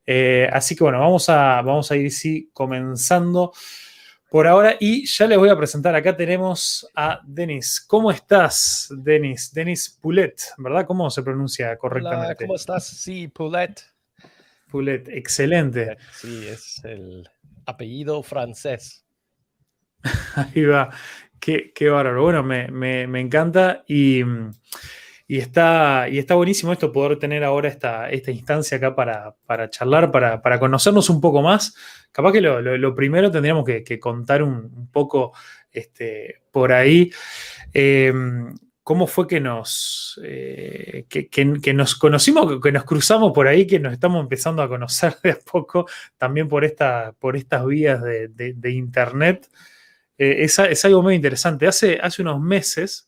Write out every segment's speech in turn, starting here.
Así que bueno, vamos a ir sí, comenzando por ahora y ya les voy a presentar. Acá tenemos a Denis. ¿Cómo estás, Denis? Denis Poulet, ¿verdad? ¿Cómo se pronuncia Hola, correctamente? ¿cómo estás? Sí, Poulet. Poulet, excelente. Sí, es el apellido francés. Ahí va. Qué bárbaro. Bueno, me encanta y está buenísimo esto, poder tener ahora esta instancia acá para charlar, para conocernos un poco más. Capaz que lo primero tendríamos que contar un poco por ahí. eh, ¿Cómo fue que nos conocimos, que nos cruzamos por ahí, que nos estamos empezando a conocer de a poco, también por estas vías de internet? Es algo muy interesante. Hace unos meses,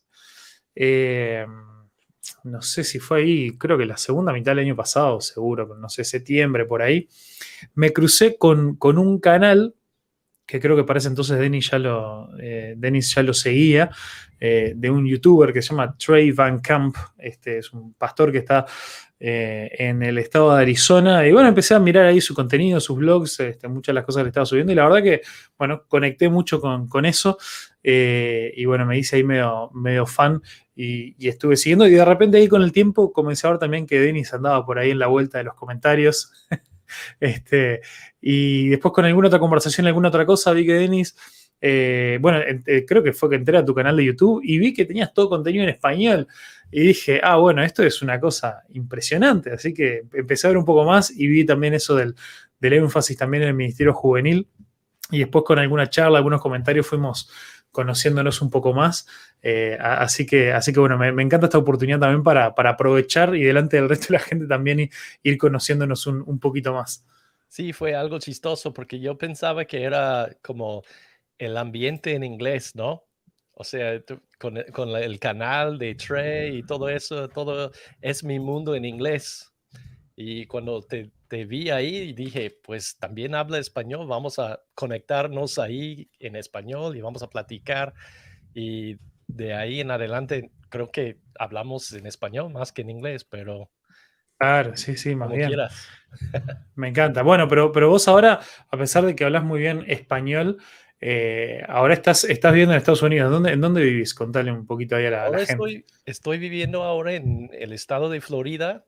eh, no sé si fue ahí, creo que la segunda mitad del año pasado, seguro, pero no sé, septiembre por ahí, me crucé con un canal que creo que para ese entonces Denis ya lo seguía, de un youtuber que se llama Trey Van Camp. Es un pastor que está en el estado de Arizona. Y bueno, empecé a mirar ahí su contenido, sus blogs, muchas de las cosas que le estaba subiendo. Y la verdad que, bueno, conecté mucho con eso. Y bueno, me hice ahí medio fan y estuve siguiendo. Y de repente ahí con el tiempo comencé a ver también que Denis andaba por ahí en la vuelta de los comentarios. Este, y después con alguna otra conversación, alguna otra cosa, vi que Denis, bueno, creo que fue que entré a tu canal de YouTube y vi que tenías todo contenido en español. Y dije, bueno, esto es una cosa impresionante. Así que empecé a ver un poco más y vi también eso del énfasis también en el Ministerio Juvenil. Y después con alguna charla, algunos comentarios fuimos conociéndonos un poco más. Así que bueno, me encanta esta oportunidad también para aprovechar y delante del resto de la gente también ir conociéndonos un poquito más. Sí, fue algo chistoso porque yo pensaba que era como el ambiente en inglés, ¿no? O sea, con el canal de Trey y todo eso, todo es mi mundo en inglés. Y cuando te vi ahí, dije, pues también habla español, vamos a conectarnos ahí en español y vamos a platicar. Y de ahí en adelante creo que hablamos en español más que en inglés, pero Claro, sí, sí, más como bien. quieras. Me encanta. Bueno, pero vos ahora, a pesar de que hablas muy bien español, ahora estás viviendo en Estados Unidos. ¿En dónde vivís? Contale un poquito ahí a la Ahora gente. estoy viviendo ahora en el estado de Florida.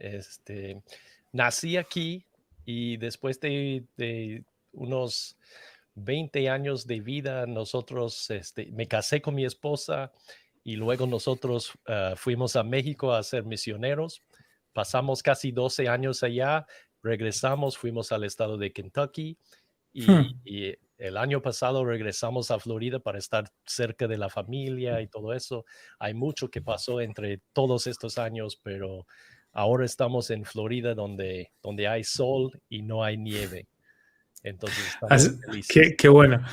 Nací aquí y después de unos 20 años de vida, nosotros, me casé con mi esposa y luego nosotros fuimos a México a ser misioneros. Pasamos casi 12 años allá, regresamos, fuimos al estado de Kentucky Hmm. y el año pasado regresamos a Florida para estar cerca de la familia y todo eso. Hay mucho que pasó entre todos estos años, pero ahora estamos en Florida donde hay sol y no hay nieve. Entonces estamos felices. Qué bueno.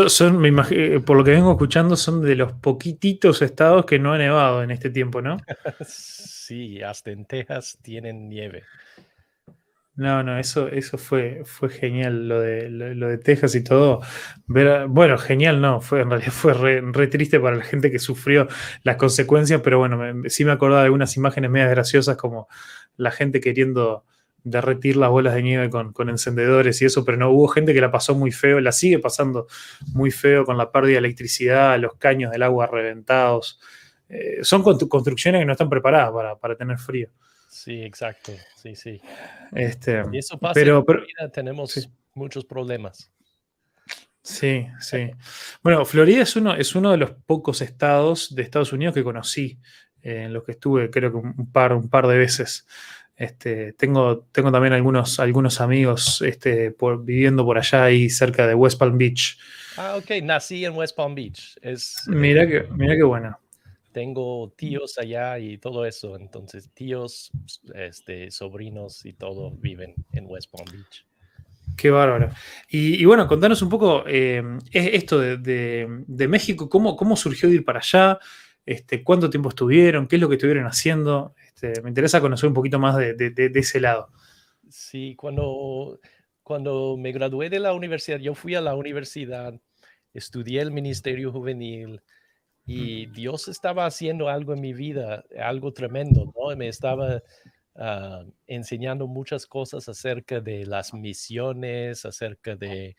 Por lo que vengo escuchando, son de los poquititos estados que no ha nevado en este tiempo, ¿no? Sí, hasta en Texas tienen nieve. No, no, eso fue genial, lo de Texas y todo. Bueno, genial, no, en realidad fue re triste para la gente que sufrió las consecuencias, pero bueno, sí me acordaba de algunas imágenes medias graciosas como la gente queriendo derretir las bolas de nieve con encendedores y eso, pero no, hubo gente que la pasó muy feo, la sigue pasando muy feo con la pérdida de electricidad, los caños del agua reventados. Son construcciones que no están preparadas para tener frío. Sí, exacto. Sí, sí. Este, Y eso pasa en pero Florida, sí. tenemos muchos problemas. Sí, sí. Bueno, Florida es uno de los pocos estados de Estados Unidos que conocí, en los que estuve, creo que un par de veces. Tengo también algunos amigos viviendo por allá y cerca de West Palm Beach. Ah, ok, nací en West Palm Beach. Mira qué bueno. Tengo tíos allá y todo eso. Entonces, tíos, sobrinos y todo viven en West Palm Beach. Qué bárbaro. Y bueno, contanos un poco esto de México, ¿cómo surgió de ir para allá? ¿Cuánto tiempo estuvieron? ¿Qué es lo que estuvieron haciendo? Me interesa conocer un poquito más de ese lado. Sí, cuando me gradué de la universidad, yo fui a la universidad, estudié el Ministerio Juvenil y Dios estaba haciendo algo en mi vida, algo tremendo, ¿no? Me estaba enseñando muchas cosas acerca de las misiones, acerca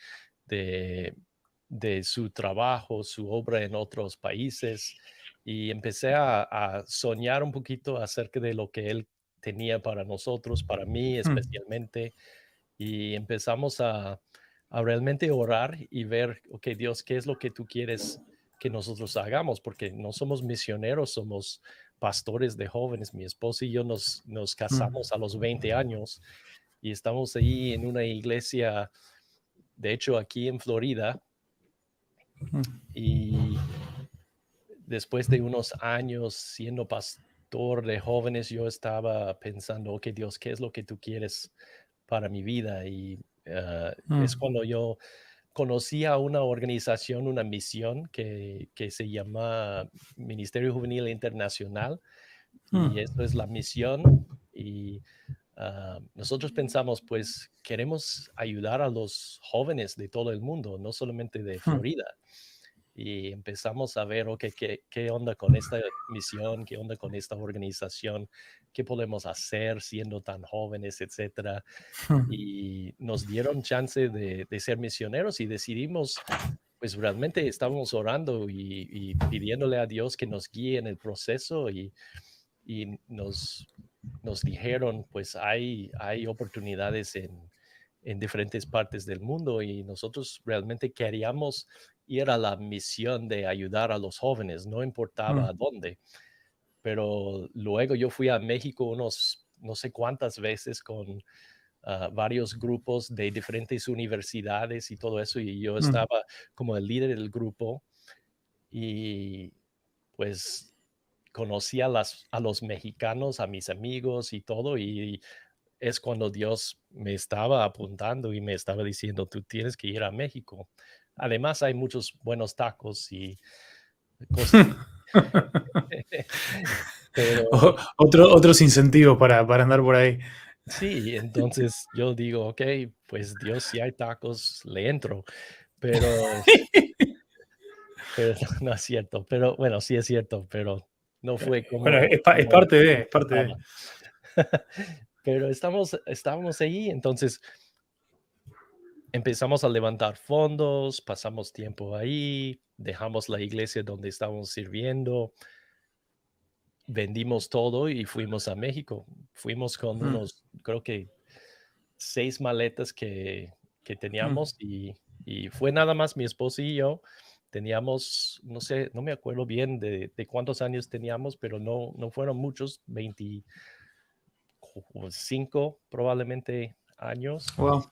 de, de su trabajo, su obra en otros países. Y empecé a soñar un poquito acerca de lo que él tenía para nosotros, para mí Mm, especialmente. Y empezamos a realmente orar y ver, ok, Dios, ¿qué es lo que tú quieres que nosotros hagamos? Porque no somos misioneros, somos pastores de jóvenes. Mi esposa y yo nos mm, casamos a los 20 años y estamos ahí en una iglesia, de hecho, aquí en Florida. mm, Y después de unos años siendo pastor de jóvenes, yo estaba pensando, ok, Dios, ¿qué es lo que tú quieres para mi vida? Y es mm, cuando yo conocí a una organización, una misión que se llama Ministerio Juvenil Internacional, y eso mm, es la misión. Y nosotros pensamos, pues queremos ayudar a los jóvenes de todo el mundo, no solamente de mm, Florida. Y empezamos a ver, ok, qué onda con esta misión, qué onda con esta organización, qué podemos hacer siendo tan jóvenes, etcétera. mm, Y nos dieron chance de ser misioneros y decidimos, pues realmente estábamos orando y pidiéndole a Dios que nos guíe en el proceso, y nos dijeron, pues hay oportunidades en diferentes partes del mundo, y nosotros realmente queríamos ir a la misión de ayudar a los jóvenes, no importaba a mm, dónde. Pero luego yo fui a México unos no sé cuántas veces con varios grupos de diferentes universidades y todo eso, y yo mm. estaba como el líder del grupo. Y pues conocí a los mexicanos, a mis amigos y todo, y es cuando Dios me estaba apuntando y me estaba diciendo, tú tienes que ir a México. Además, hay muchos buenos tacos y cosas. Pero Otros incentivos para andar por ahí. sí, entonces yo digo, ok, pues Dios, si hay tacos, le entro. Pero, pero no es cierto. Pero bueno, sí es cierto, pero no fue Bueno, es como parte de, es parte pensaba. de. Pero estábamos ahí, entonces empezamos a levantar fondos, pasamos tiempo ahí, dejamos la iglesia donde estábamos sirviendo, vendimos todo y fuimos a México. Fuimos con Mm, unos, creo que 6 maletas que mm, teníamos, y fue nada más mi esposa y yo. Teníamos, no sé, no me acuerdo bien de cuántos años teníamos, pero no fueron muchos, 25 probablemente años. wow.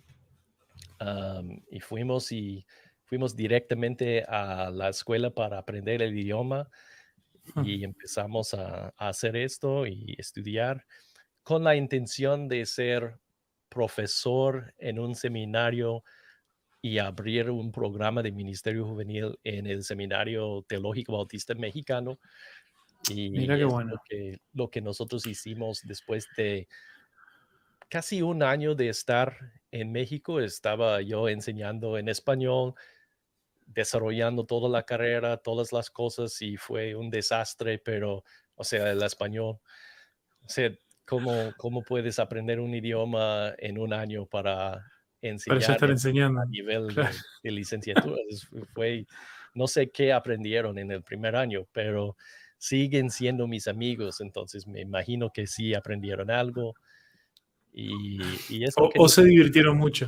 Y fuimos directamente a la escuela para aprender el idioma, Mm, y empezamos a hacer esto y estudiar con la intención de ser profesor en un seminario y abrir un programa de ministerio juvenil en el Seminario Teológico Bautista Mexicano. Mirá Y qué es bueno. lo que nosotros hicimos después de casi un año de estar en México. Estaba yo enseñando en español, desarrollando toda la carrera, todas las cosas, y fue un desastre, pero, o sea, el español, o sea, ¿cómo puedes aprender un idioma en un año para Para ya enseñar estar a enseñando. nivel Claro. de licenciatura? Fue, no sé qué aprendieron en el primer año, pero siguen siendo mis amigos, entonces me imagino que sí aprendieron algo, y es lo que O se divirtieron mucho.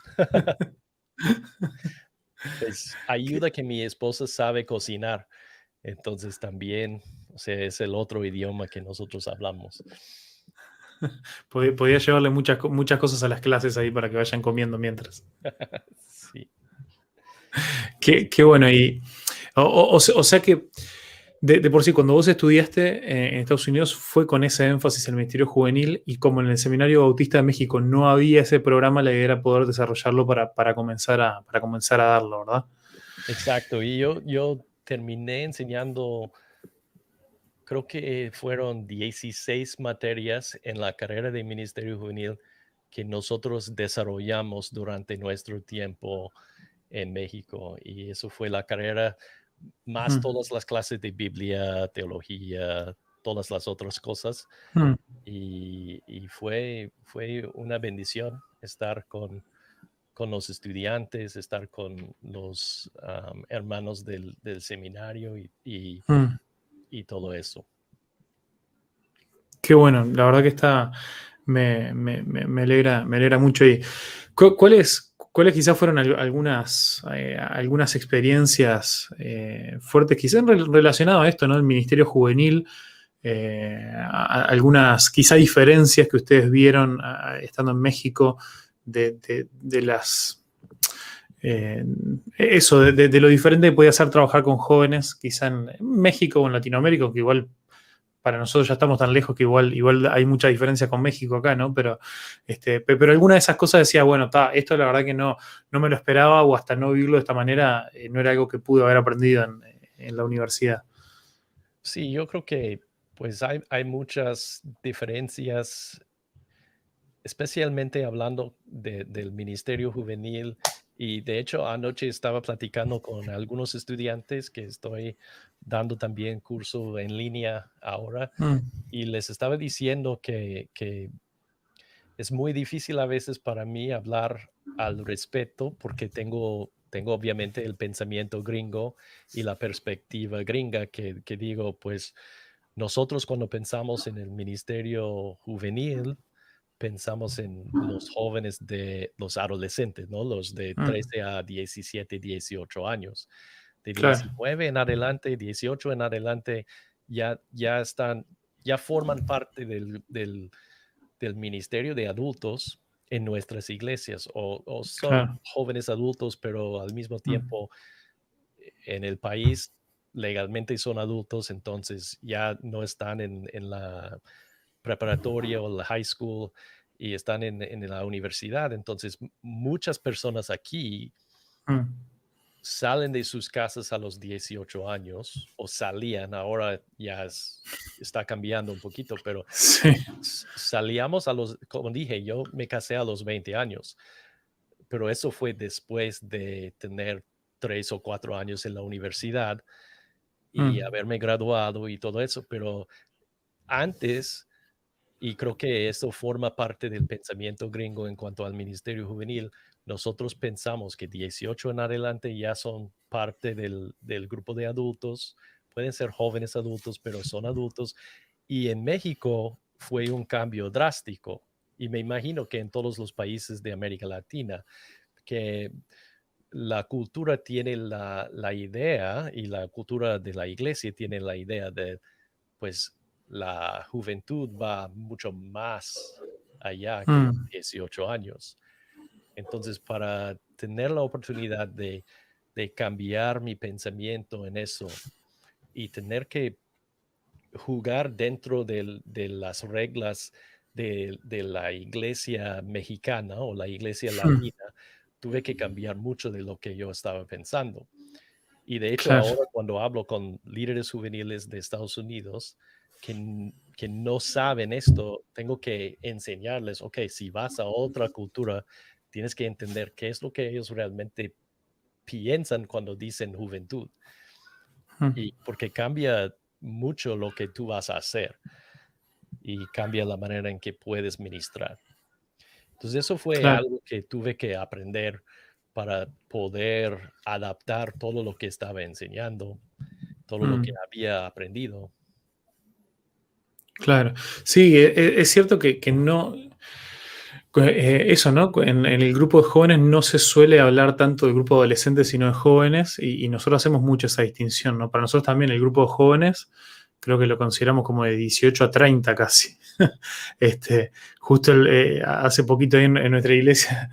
pues ayuda que mi esposa sabe cocinar. Entonces también, o sea, es el otro idioma que nosotros hablamos. Podía llevarle muchas cosas a las clases ahí para que vayan comiendo mientras. Sí, es Qué bueno. O sea que de por sí, cuando vos estudiaste en Estados Unidos, fue con ese énfasis en el Ministerio Juvenil, y como en el Seminario Bautista de México no había ese programa, la idea era poder desarrollarlo para comenzar a darlo, ¿verdad? exacto. Y yo terminé enseñando, creo que fueron 16 materias en la carrera de Ministerio Juvenil que nosotros desarrollamos durante nuestro tiempo en México. Y eso fue la carrera más Mm, todas las clases de Biblia, teología, todas las otras cosas. Mm. Y fue una bendición estar con los estudiantes, estar con los hermanos del seminario Mm. y todo eso. Qué bueno, la verdad que me alegra mucho. ¿Y cuáles quizás fueron algunas experiencias fuertes, quizás relacionadas a esto, ¿no? El Ministerio Juvenil, algunas quizá diferencias que ustedes vieron estando en México de las... eso, de lo diferente que podía ser trabajar con jóvenes, quizá en México o en Latinoamérica, que igual para nosotros ya estamos tan lejos que igual hay mucha diferencia con México acá, ¿no? Pero alguna de esas cosas decía, bueno, esto la verdad que no me lo esperaba, o hasta no vivirlo de esta manera, no era algo que pude haber aprendido en la universidad. Sí, yo creo que pues hay muchas diferencias, especialmente hablando del Ministerio Juvenil. Y de hecho, anoche estaba platicando con algunos estudiantes que estoy dando también curso en línea ahora, Mm. y les estaba diciendo que es muy difícil a veces para mí hablar al respeto porque tengo obviamente el pensamiento gringo y la perspectiva gringa que digo, pues nosotros cuando pensamos en el ministerio juvenil, pensamos en los jóvenes de los adolescentes, ¿no? Los de Mm. 13 a 17, 18 años. De Claro. 19 en adelante, 18 en adelante, ya están, ya forman parte del ministerio de adultos en nuestras iglesias, o son Claro. jóvenes adultos, pero al mismo Mm. tiempo en el país legalmente son adultos, entonces ya no están en la preparatoria o la high school y están en la universidad. Entonces, muchas personas aquí Mm. salen de sus casas a los 18 años o salían, ahora ya está cambiando un poquito, pero Sí. salíamos a como dije, yo me casé a los 20 años, pero eso fue después de tener 3 o 4 años en la universidad y Mm. haberme graduado y todo eso, pero antes, y creo que eso forma parte del pensamiento gringo en cuanto al ministerio juvenil, nosotros pensamos que 18 en adelante ya son parte del grupo de adultos, pueden ser jóvenes adultos, pero son adultos. Y en México fue un cambio drástico. Y me imagino que en todos los países de América Latina, que la cultura tiene la idea, y la cultura de la iglesia tiene la idea de, pues, la juventud va mucho más allá que los Mm. 18 años. Entonces, para tener la oportunidad de cambiar mi pensamiento en eso y tener que jugar dentro de las reglas de la iglesia mexicana o la iglesia Mm. latina, tuve que cambiar mucho de lo que yo estaba pensando. Y de hecho, Claro. ahora cuando hablo con líderes juveniles de Estados Unidos que no saben esto, tengo que enseñarles, ok, si vas a otra cultura, tienes que entender qué es lo que ellos realmente piensan cuando dicen juventud. Mm. Y porque cambia mucho lo que tú vas a hacer y cambia la manera en que puedes ministrar. Entonces, eso fue Claro. algo que tuve que aprender para poder adaptar todo lo que estaba enseñando, todo lo que Mm. había aprendido. Claro. Sí, es cierto que no. Eso, ¿no? En el grupo de jóvenes no se suele hablar tanto del grupo de adolescentes, sino de jóvenes, y nosotros hacemos mucho esa distinción, ¿no? Para nosotros también el grupo de jóvenes, creo que lo consideramos como de 18 a 30 casi. Justo hace poquito ahí en nuestra iglesia,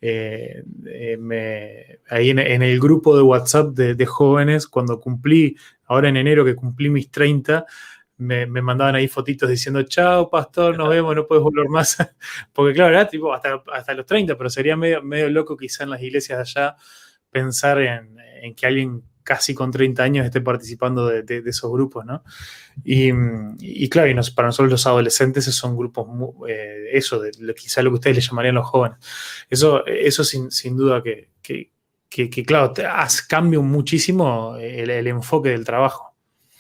ahí en el grupo de WhatsApp de jóvenes, cuando cumplí, ahora en enero que cumplí mis 30, me mandaban ahí fotitos diciendo, chao, pastor, nos vemos, no puedes volver más. Porque claro, era tipo hasta los 30, pero sería medio loco quizá en las iglesias de allá pensar en que alguien casi con 30 años esté participando de esos grupos, ¿no? Y claro, para nosotros los adolescentes son grupos, eso, quizá lo que ustedes le llamarían los jóvenes. Eso sin duda que claro, cambia muchísimo el enfoque del trabajo.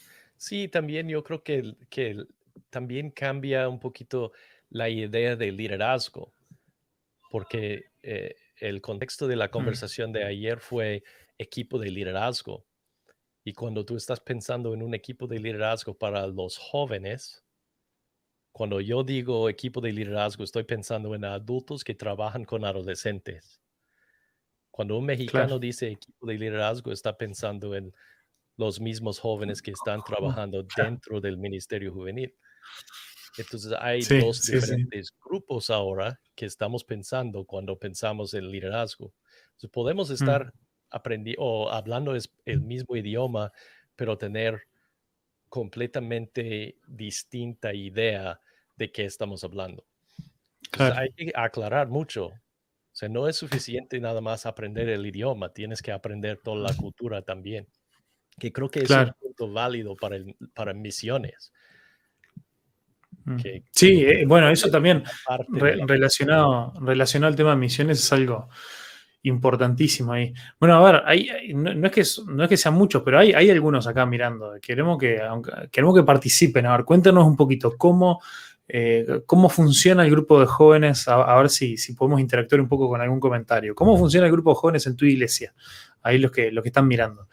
Sí, también yo creo que también cambia un poquito la idea de liderazgo, porque el contexto de la Mm, conversación de ayer fue equipo de liderazgo. Y cuando tú estás pensando en un equipo de liderazgo para los jóvenes, cuando yo digo equipo de liderazgo, estoy pensando en adultos que trabajan con adolescentes. Cuando un claro. mexicano dice equipo de liderazgo, está pensando en los mismos jóvenes que están trabajando Claro. dentro del Ministerio Juvenil. Entonces hay Sí, dos sí, sí. diferentes grupos ahora que estamos pensando cuando pensamos en liderazgo. Entonces podemos Mm, estar aprendiendo o hablando el mismo idioma, pero tener completamente distinta idea de qué estamos hablando. Entonces claro, hay que aclarar mucho. O sea, no es suficiente nada más aprender el idioma, tienes que aprender toda la cultura también, que creo que es un claro. punto válido para misiones, Mm. que Sí, bueno, eso también es también una parte de la misión. relacionado al tema de misiones es algo importantísimo ahí. Bueno, a ver, no es que, no es que sean muchos, pero hay algunos acá mirando. Queremos que participen. A ver, cuéntanos un poquito cómo funciona el grupo de jóvenes, a ver si podemos interactuar un poco con algún comentario. ¿Cómo funciona el grupo de jóvenes en tu iglesia? Ahí los que están mirando.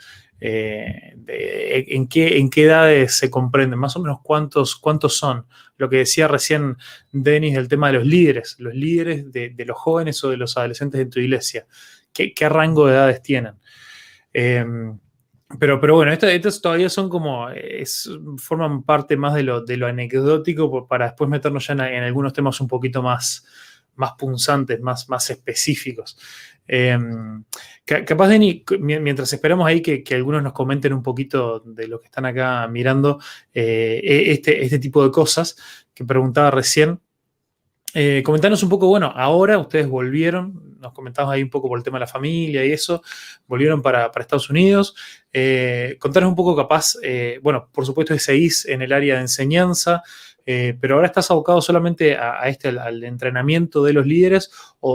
¿En qué edades se comprenden? Más o menos cuántos son. Lo que decía recién Denis del tema de los líderes de los jóvenes o de los adolescentes en tu iglesia. ¿Qué rango de edades tienen? Eh, pero bueno, estas todavía son como, forman parte más de lo anecdótico para después meternos ya en algunos temas un poquito más punzantes, más específicos. Eh, Capaz, Denny, mientras esperamos ahí que algunos nos comenten un poquito de lo que están acá mirando, este tipo de cosas que preguntaba recién. Comentanos un poco, bueno, ahora ustedes volvieron, nos comentabas ahí un poco por el tema de la familia y eso, volvieron para Estados Unidos. Contanos un poco capaz, bueno, por supuesto que seguís en el área de enseñanza, pero ahora estás abocado solamente al entrenamiento de los líderes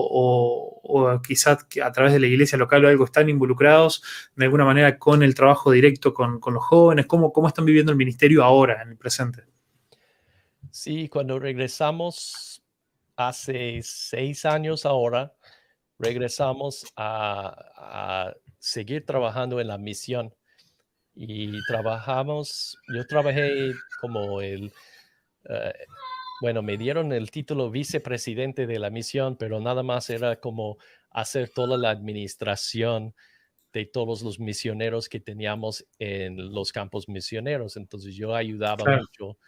o quizás a través de la iglesia local o algo están involucrados de alguna manera con el trabajo directo con los jóvenes. ¿Cómo están viviendo el ministerio ahora, en el presente? Sí, cuando regresamos hace 6 años ahora, regresamos a seguir trabajando en la misión y yo trabajé como eh, bueno, me dieron el título vicepresidente de la misión, pero nada más era como hacer toda la administración de todos los misioneros que teníamos en los campos misioneros. Entonces yo ayudaba Claro. mucho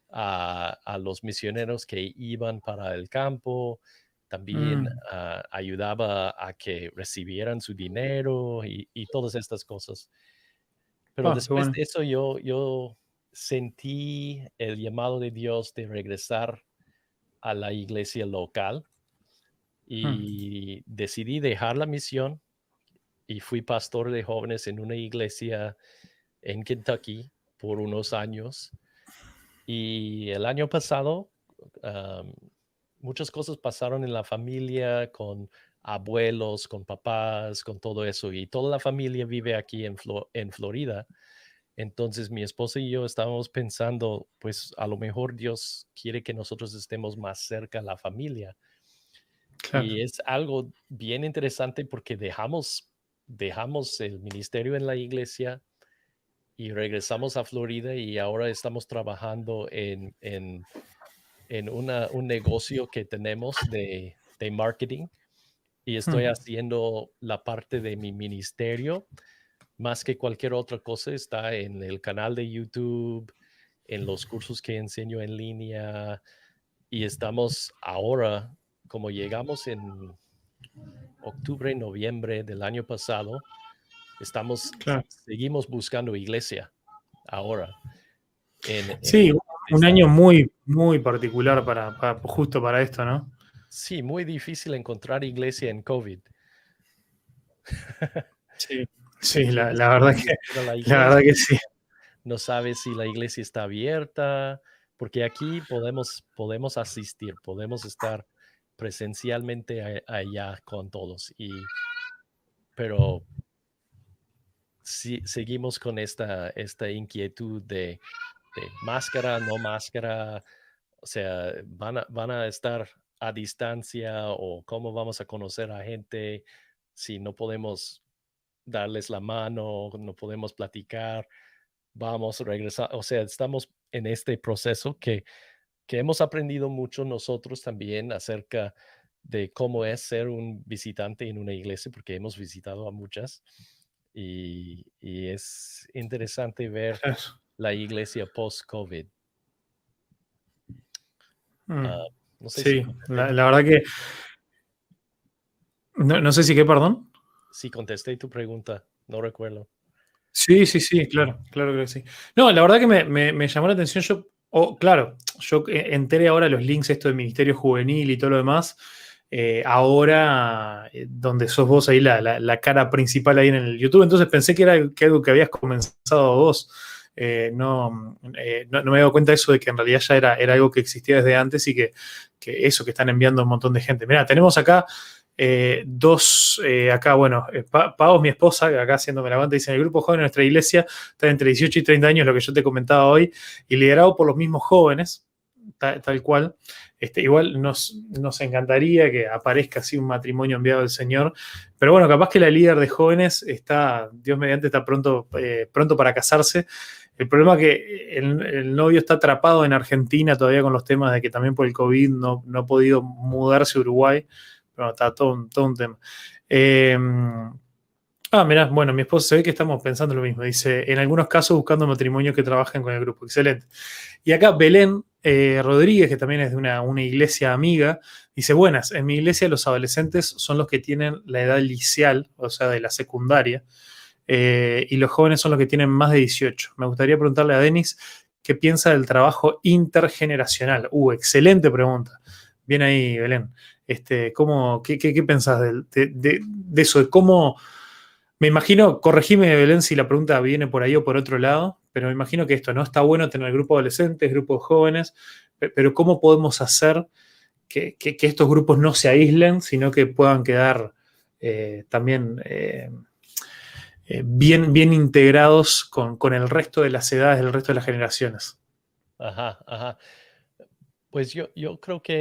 a los misioneros que iban para el campo, también Mm, ayudaba a que recibieran su dinero y todas estas cosas. Pero qué después bueno. de eso yo sentí el llamado de Dios de regresar a la iglesia local Mm, y decidí dejar la misión y fui pastor de jóvenes en una iglesia en Kentucky por unos años. Y el año pasado, am, muchas cosas pasaron en la familia con abuelos, con papás, con todo eso. Y toda la familia vive aquí en Florida. Entonces mi esposa y yo estábamos pensando, pues a lo mejor Dios quiere que nosotros estemos más cerca a la familia. claro. Y es algo bien interesante porque dejamos el ministerio en la iglesia y regresamos a Florida y ahora estamos trabajando en un negocio que tenemos de marketing y estoy Mm, haciendo la parte de mi ministerio más que cualquier otra cosa. Está en el canal de YouTube, en los cursos que enseño en línea y estamos ahora, como llegamos en octubre, noviembre del año pasado, claro. seguimos buscando iglesia ahora Sí, en un esta. año muy, muy particular justo para esto, ¿no? Sí, muy difícil encontrar iglesia en COVID. Sí, Tú sí, la, quieres, la verdad quieres que, ir a la la verdad iglesia, que sí. no sabes si la iglesia está abierta, porque aquí podemos asistir, podemos estar presencialmente allá con todos, pero seguimos con esta inquietud de máscara, no máscara, o sea, van a estar a distancia o cómo vamos a conocer a gente si no podemos darles la mano, no podemos platicar, vamos a regresar, o sea, estamos en este proceso que hemos aprendido mucho nosotros también acerca de cómo es ser un visitante en una iglesia, porque hemos visitado a muchas y es interesante ver Claro. la iglesia post-COVID. Mm, Ah, no sé sí, la verdad que no sé si qué, perdón. si contesté tu pregunta, no recuerdo. Sí, sí, sí, claro, claro que sí. No, la verdad que me llamó la atención. Claro, yo enteré ahora los links esto del Ministerio Juvenil y todo lo demás. Ahora, donde sos vos ahí la cara principal ahí en el YouTube. Entonces pensé que era algo que habías comenzado vos. No me he dado cuenta de eso de que en realidad ya era algo que existía desde antes y que eso que están enviando un montón de gente. Mirá, tenemos acá acá, bueno, Pau, mi esposa, que acá haciéndome la aguanta, dice: en el grupo joven de nuestra iglesia está entre 18 y 30 años, lo que yo te comentaba hoy, y liderado por los mismos jóvenes, tal cual. Igual nos encantaría que aparezca así un matrimonio enviado del Señor, pero bueno, capaz que la líder de jóvenes está, Dios mediante, está pronto para casarse. El problema es que el novio está atrapado en Argentina todavía con los temas de que también por el COVID no ha podido mudarse a Uruguay. Pero está todo un tema. Mirá, bueno, mi esposa se ve que estamos pensando lo mismo. Dice: en algunos casos buscando matrimonios que trabajen con el grupo. Excelente. Y acá Belén Rodríguez, que también es de una iglesia amiga, dice: buenas, en mi iglesia los adolescentes son los que tienen la edad liceal, o sea, de la secundaria, y los jóvenes son los que tienen más de 18. Me gustaría preguntarle a Denis qué piensa del trabajo intergeneracional. Excelente pregunta. Bien ahí, Belén. ¿Qué pensás de eso? De cómo, me imagino, corregime, Belén, si la pregunta viene por ahí o por otro lado, pero me imagino que esto no está bueno tener grupo de adolescentes, grupos jóvenes, pero ¿cómo podemos hacer que estos grupos no se aíslen, sino que puedan quedar también bien integrados con el resto de las edades, del resto de las generaciones? Ajá, ajá. Pues yo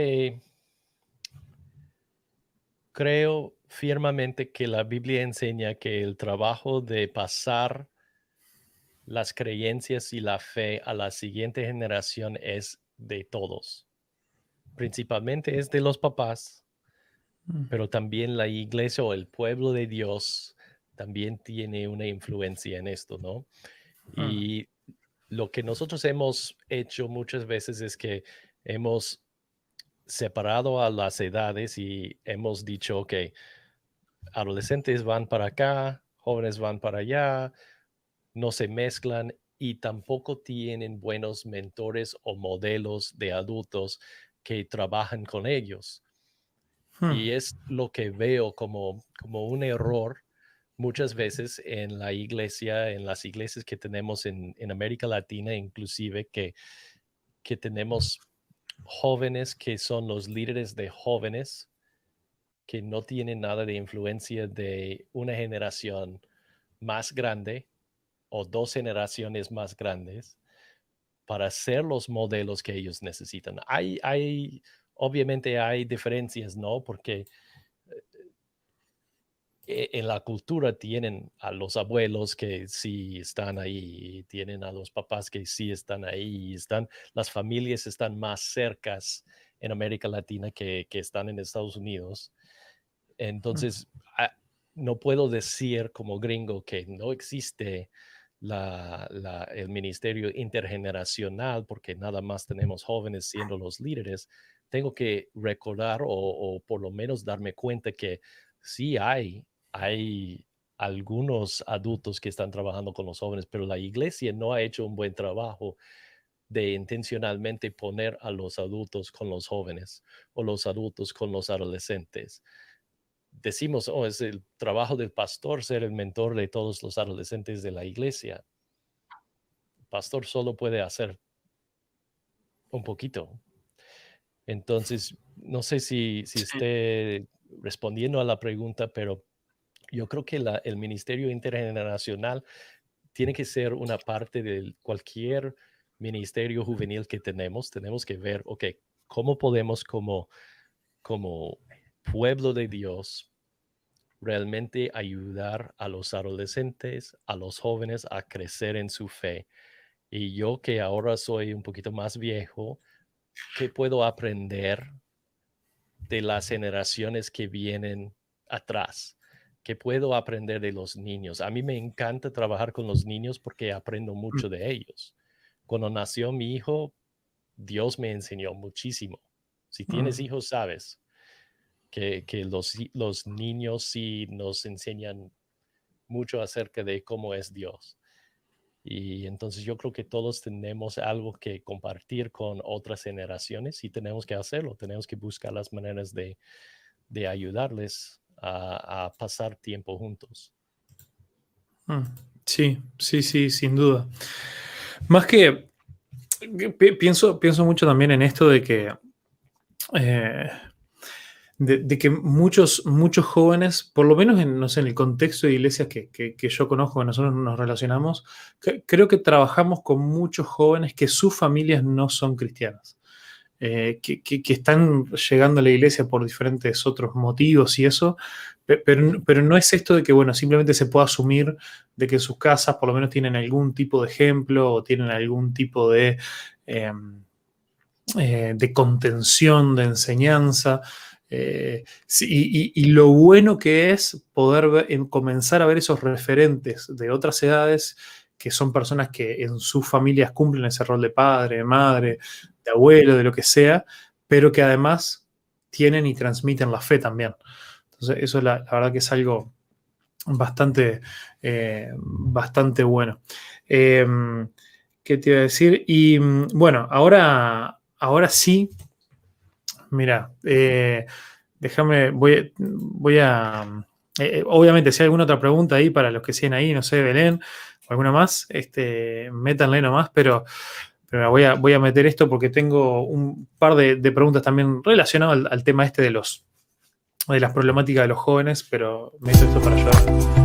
creo firmemente que la Biblia enseña que el trabajo de pasar las creencias y la fe a la siguiente generación es de todos. Principalmente es de los papás, pero también la iglesia o el pueblo de Dios también tiene una influencia en esto, ¿no? Mm, Y lo que nosotros hemos hecho muchas veces es que hemos separado a las edades y hemos dicho, ok, adolescentes van para acá, jóvenes van para allá, no se mezclan y tampoco tienen buenos mentores o modelos de adultos que trabajan con ellos. mm, Y es lo que veo como un error muchas veces en la iglesia, en las iglesias que tenemos en América Latina, inclusive que tenemos jóvenes que son los líderes de jóvenes que no tienen nada de influencia de una generación más grande o dos generaciones más grandes para ser los modelos que ellos necesitan. Obviamente hay diferencias, ¿no? Porque en la cultura tienen a los abuelos que sí están ahí, tienen a los papás que sí están ahí, las familias están más cercas en América Latina que están en Estados Unidos. mm, Entonces, no puedo decir como gringo que no existe el ministerio intergeneracional porque nada más tenemos jóvenes siendo los líderes. Tengo que recordar o por lo menos darme cuenta que sí hay algunos adultos que están trabajando con los jóvenes, pero la iglesia no ha hecho un buen trabajo de intencionalmente poner a los adultos con los jóvenes o los adultos con los adolescentes. Decimos, oh, es el trabajo del pastor ser el mentor de todos los adolescentes de la iglesia. El pastor solo puede hacer un poquito. Entonces, no sé si sí. esté respondiendo a la pregunta, pero Yo creo que el ministerio intergeneracional tiene que ser una parte de cualquier ministerio juvenil que tenemos. Tenemos que ver, ok, cómo podemos como pueblo de Dios realmente ayudar a los adolescentes, a los jóvenes a crecer en su fe. Y yo que ahora soy un poquito más viejo, ¿qué puedo aprender de las generaciones que vienen atrás? ¿Qué puedo aprender de los niños? A mí me encanta trabajar con los niños porque aprendo Mm, mucho de ellos. Cuando nació mi hijo, Dios me enseñó muchísimo. Si tienes mm. hijos, sabes que los niños sí nos enseñan mucho acerca de cómo es Dios. Y entonces yo creo que todos tenemos algo que compartir con otras generaciones y tenemos que hacerlo, tenemos que buscar las maneras de ayudarles a pasar tiempo juntos. Mm. Sí, sí, sí, sin duda. Más que pienso mucho también en esto de que eh, de que muchos jóvenes, por lo menos en, no sé, en el contexto de iglesias que yo conozco, que nosotros nos relacionamos, creo que trabajamos con muchos jóvenes que sus familias no son cristianas, que están llegando a la iglesia por diferentes otros motivos y eso, pero no es esto de que, bueno, simplemente se pueda asumir de que sus casas por lo menos tienen algún tipo de ejemplo o tienen algún tipo eh, de contención, de enseñanza. Sí, y lo bueno que es poder comenzar a ver esos referentes de otras edades, que son personas que en sus familias cumplen ese rol de padre, de madre, de abuelo, de lo que sea, pero que además tienen y transmiten la fe también. Entonces, eso la verdad que es algo bastante, bastante bueno. Eh, ¿Qué te iba a decir? Y bueno, ahora sí, mira, déjame, obviamente, si hay alguna otra pregunta ahí para los que siguen ahí, no sé, Belén o alguna más, métanle nomás, pero voy a meter esto porque tengo un par de preguntas también relacionadas al tema este de las problemáticas de los jóvenes, pero meto esto para ayudar.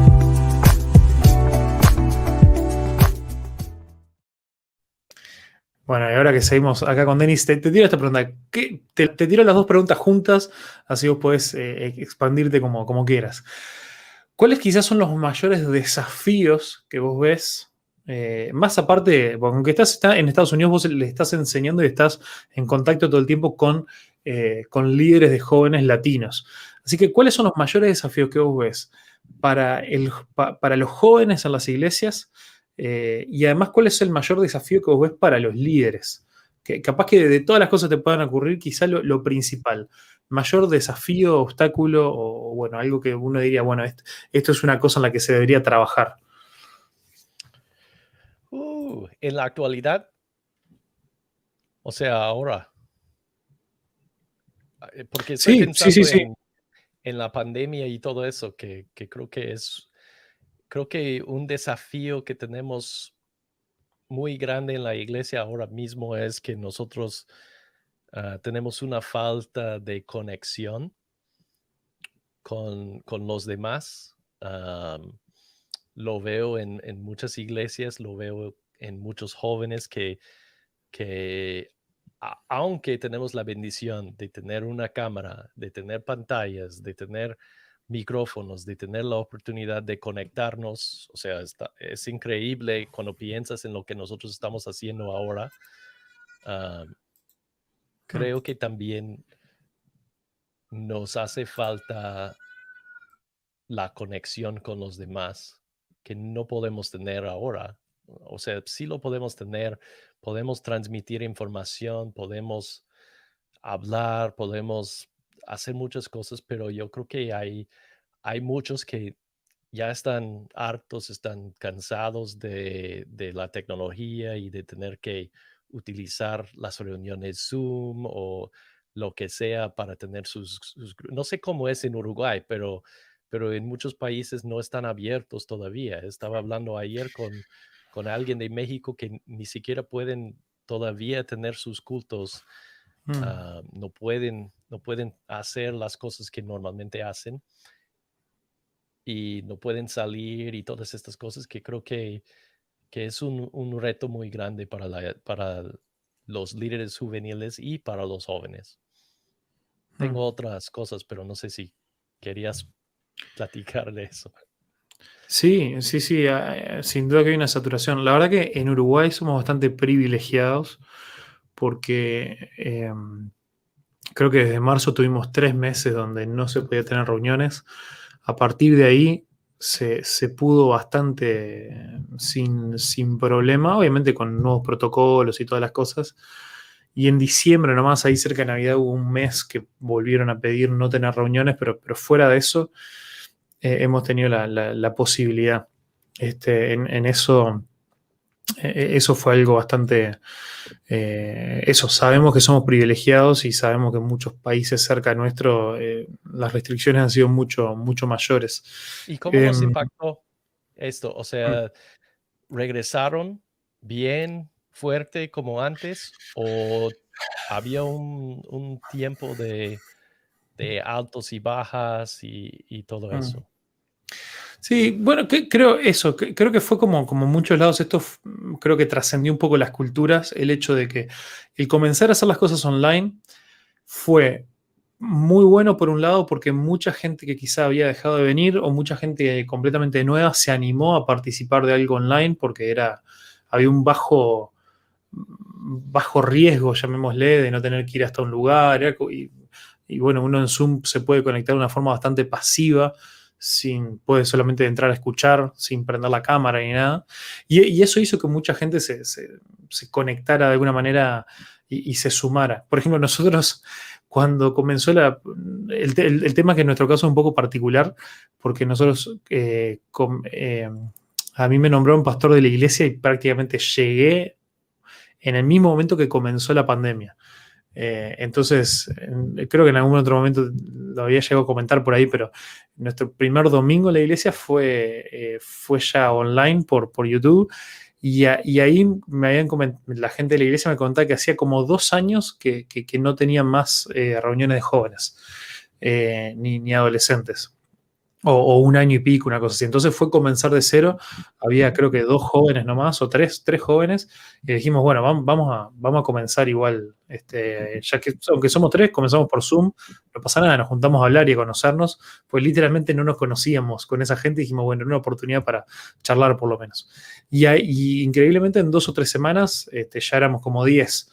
Bueno, y ahora que seguimos acá con Denis, te tiro esta pregunta. Te tiro las dos preguntas juntas, así vos podés expandirte como quieras. ¿Cuáles quizás son los mayores desafíos que vos ves? Más aparte, porque aunque estás en Estados Unidos, vos le estás enseñando y estás en contacto todo el tiempo con líderes de jóvenes latinos. Así que, ¿cuáles son los mayores desafíos que vos ves para los jóvenes en las iglesias? Y además, ¿cuál es el mayor desafío que vos ves para los líderes? Que capaz que de todas las cosas te puedan ocurrir, quizá lo principal, mayor desafío, obstáculo, o bueno, algo que uno diría, bueno, esto es una cosa en la que se debería trabajar. En la actualidad, o sea, ahora, porque estoy Sí, sí, sí, pensando sí. en la pandemia y todo eso, que creo que un desafío que tenemos muy grande en la iglesia ahora mismo es que nosotros tenemos una falta de conexión con los demás. Lo veo en muchas iglesias, lo veo en muchos jóvenes que aunque tenemos la bendición de tener una cámara, de tener pantallas, de tener micrófonos, de tener la oportunidad de conectarnos, o sea, es increíble cuando piensas en lo que nosotros estamos haciendo ahora. ah, Mm, Creo que también nos hace falta la conexión con los demás que no podemos tener ahora. O sea, sí lo podemos tener, podemos transmitir información, podemos hablar, podemos hacer muchas cosas, pero yo creo que hay muchos que ya están hartos, están cansados de la tecnología y de tener que utilizar las reuniones Zoom o lo que sea para tener no sé cómo es en Uruguay, pero en muchos países no están abiertos todavía. Estaba hablando ayer con alguien de México que ni siquiera pueden todavía tener sus cultos. mm, No pueden hacer las cosas que normalmente hacen. y no pueden salir y todas estas cosas que creo que es un reto muy grande para los líderes juveniles y para los jóvenes. Mm. Tengo otras cosas, pero no sé si querías platicar de eso. Sí, sí, sí, sin duda que hay una saturación. La verdad que en Uruguay somos bastante privilegiados porque creo que desde marzo tuvimos 3 meses donde no se podía tener reuniones. A partir de ahí se pudo bastante sin problema, obviamente con nuevos protocolos y todas las cosas. Y en diciembre nomás, ahí cerca de Navidad, hubo un mes que volvieron a pedir no tener reuniones, pero fuera de eso hemos tenido la posibilidad. En eso, eso fue algo bastante eso, sabemos que somos privilegiados y sabemos que en muchos países cerca nuestro las restricciones han sido mucho, mucho mayores. ¿Y cómo los Em, impactó esto? O sea, ¿regresaron bien fuerte como antes o había un tiempo de altos y bajas y todo mm. eso? Sí, bueno, creo eso, creo que fue como muchos lados, esto creo que trascendió un poco las culturas, el hecho de que el comenzar a hacer las cosas online fue muy bueno por un lado porque mucha gente que quizá había dejado de venir o mucha gente completamente nueva se animó a participar de algo online porque había un bajo riesgo, llamémosle, de no tener que ir hasta un lugar. Y bueno, uno en Zoom se puede conectar de una forma bastante pasiva, puede solamente entrar a escuchar, sin prender la cámara ni nada. Y eso hizo que mucha gente se conectara de alguna manera y se sumara. Por ejemplo, nosotros cuando comenzó el tema que en nuestro caso es un poco particular, porque nosotros, a mí me nombraron pastor de la iglesia y prácticamente llegué en el mismo momento que comenzó la pandemia. Entonces, creo que en algún otro momento lo había llegado a comentar por ahí, pero nuestro primer domingo en la iglesia fue ya online por YouTube. Y ahí la gente de la iglesia me contaba que hacía como 2 años que no tenían más reuniones de jóvenes, ni adolescentes o un año y pico, una cosa así. Entonces fue comenzar de cero. Había creo que 2 jóvenes nomás, o tres jóvenes, y dijimos, bueno, vamos a comenzar igual, ya que aunque somos tres, comenzamos por Zoom, no pasa nada, nos juntamos a hablar y a conocernos, pues literalmente no nos conocíamos con esa gente y dijimos, bueno, era una oportunidad para charlar por lo menos. Y increíblemente en 2 o 3 semanas ya éramos como 10.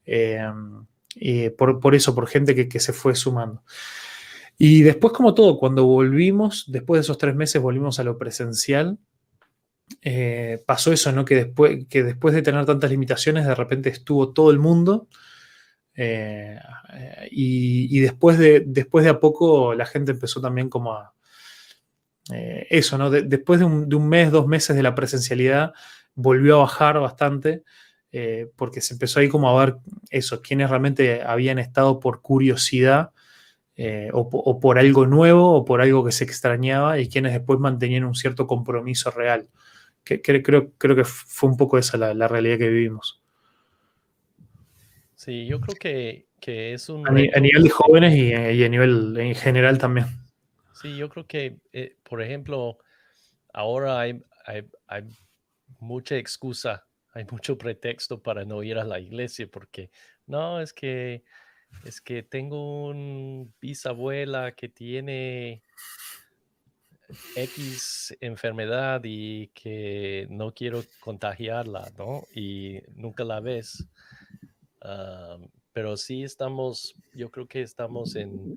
Por eso, por gente que se fue sumando. Y después, como todo, cuando volvimos, después de esos 3 meses, volvimos a lo presencial. Pasó eso, ¿no? Que después de tener tantas limitaciones, de repente estuvo todo el mundo. eh, y después de a poco, la gente empezó también como a. Eso, ¿no? Después de un mes, 2 meses de la presencialidad, volvió a bajar bastante. Porque se empezó ahí como a ver eso, quienes realmente habían estado por curiosidad o por algo nuevo o por algo que se extrañaba y quienes después mantenían un cierto compromiso real. Creo que fue un poco esa la realidad que vivimos. Sí, yo creo que es un A reto nivel de porque, jóvenes y a nivel en general también. sí, yo creo que, por ejemplo, ahora hay mucha excusa, hay mucho pretexto para no ir a la iglesia porque no, es que tengo un bisabuela que tiene X enfermedad y que no quiero contagiarla, ¿no? Y nunca la ves. Pero sí estamos, yo creo que estamos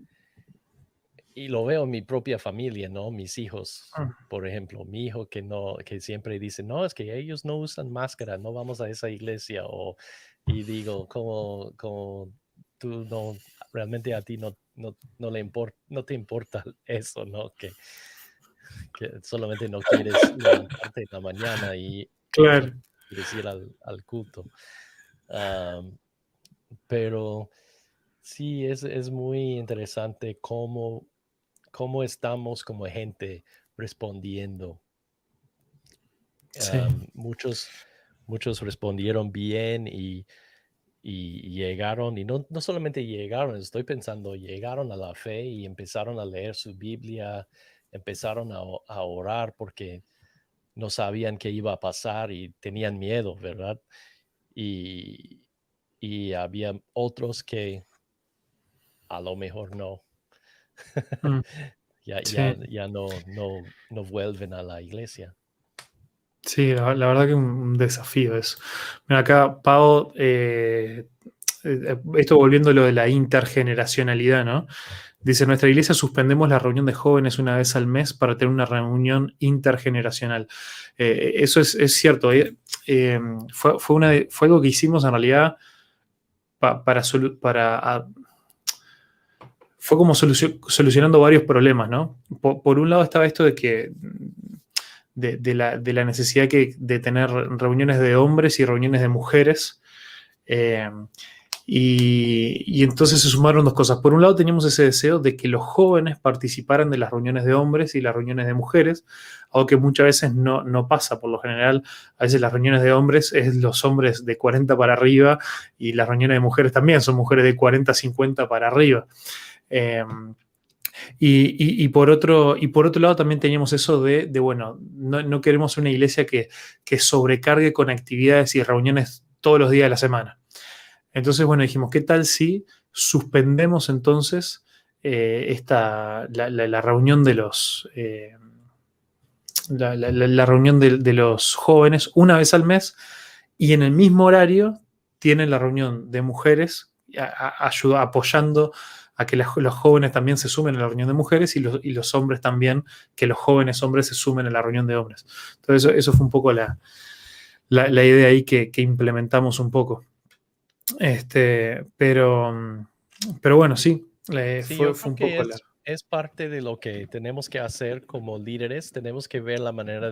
y lo veo en mi propia familia, ¿no? Mis hijos, Mm. por ejemplo, mi hijo que no, que siempre dice, no, es que ellos no usan máscara, no vamos a esa iglesia, y digo, como tú no, realmente a ti no le importa, no te importa eso, ¿no? Que solamente no quieres levantarte en la mañana y Claro. quieres ir al culto. Am, pero sí, es muy interesante cómo estamos como gente respondiendo. Sí. Muchos respondieron bien y llegaron, y no solamente llegaron, estoy pensando, llegaron a la fe y empezaron a leer su Biblia, empezaron a orar porque no sabían qué iba a pasar y tenían miedo, ¿verdad? Y, y había otros que a lo mejor no. Mm, sí, Ya no vuelven a la iglesia. sí, la verdad que un desafío eso. Mira, acá, Pau, esto volviendo a lo de la intergeneracionalidad, ¿no? Dice, en nuestra iglesia suspendemos la reunión de jóvenes una vez al mes para tener una reunión intergeneracional. Eso es cierto. Eh, fue algo que hicimos en realidad para fue como solucionando varios problemas, ¿no? Por un lado estaba esto de que de la necesidad de tener reuniones de hombres y reuniones de mujeres. Eh, y entonces se sumaron dos cosas. Por un lado teníamos ese deseo de que los jóvenes participaran de las reuniones de hombres y las reuniones de mujeres, algo que muchas veces no pasa. Por lo general, a veces las reuniones de hombres es los hombres de 40 para arriba y las reuniones de mujeres también son mujeres de 40, 50 para arriba. Eh, y por otro lado también teníamos eso bueno, no queremos una iglesia que sobrecargue con actividades y reuniones todos los días de la semana. Entonces, bueno, dijimos, ¿qué tal si suspendemos entonces la reunión de los... la reunión de los jóvenes una vez al mes y en el mismo horario tienen la reunión de mujeres apoyando a que los jóvenes también se sumen a la reunión de mujeres y los hombres también, que los jóvenes hombres se sumen a la reunión de hombres. Entonces eso fue un poco la idea ahí que implementamos un poco. Pero bueno, sí, Sí, fue yo creo un que poco la... es parte de lo que tenemos que hacer como líderes. Tenemos que ver la manera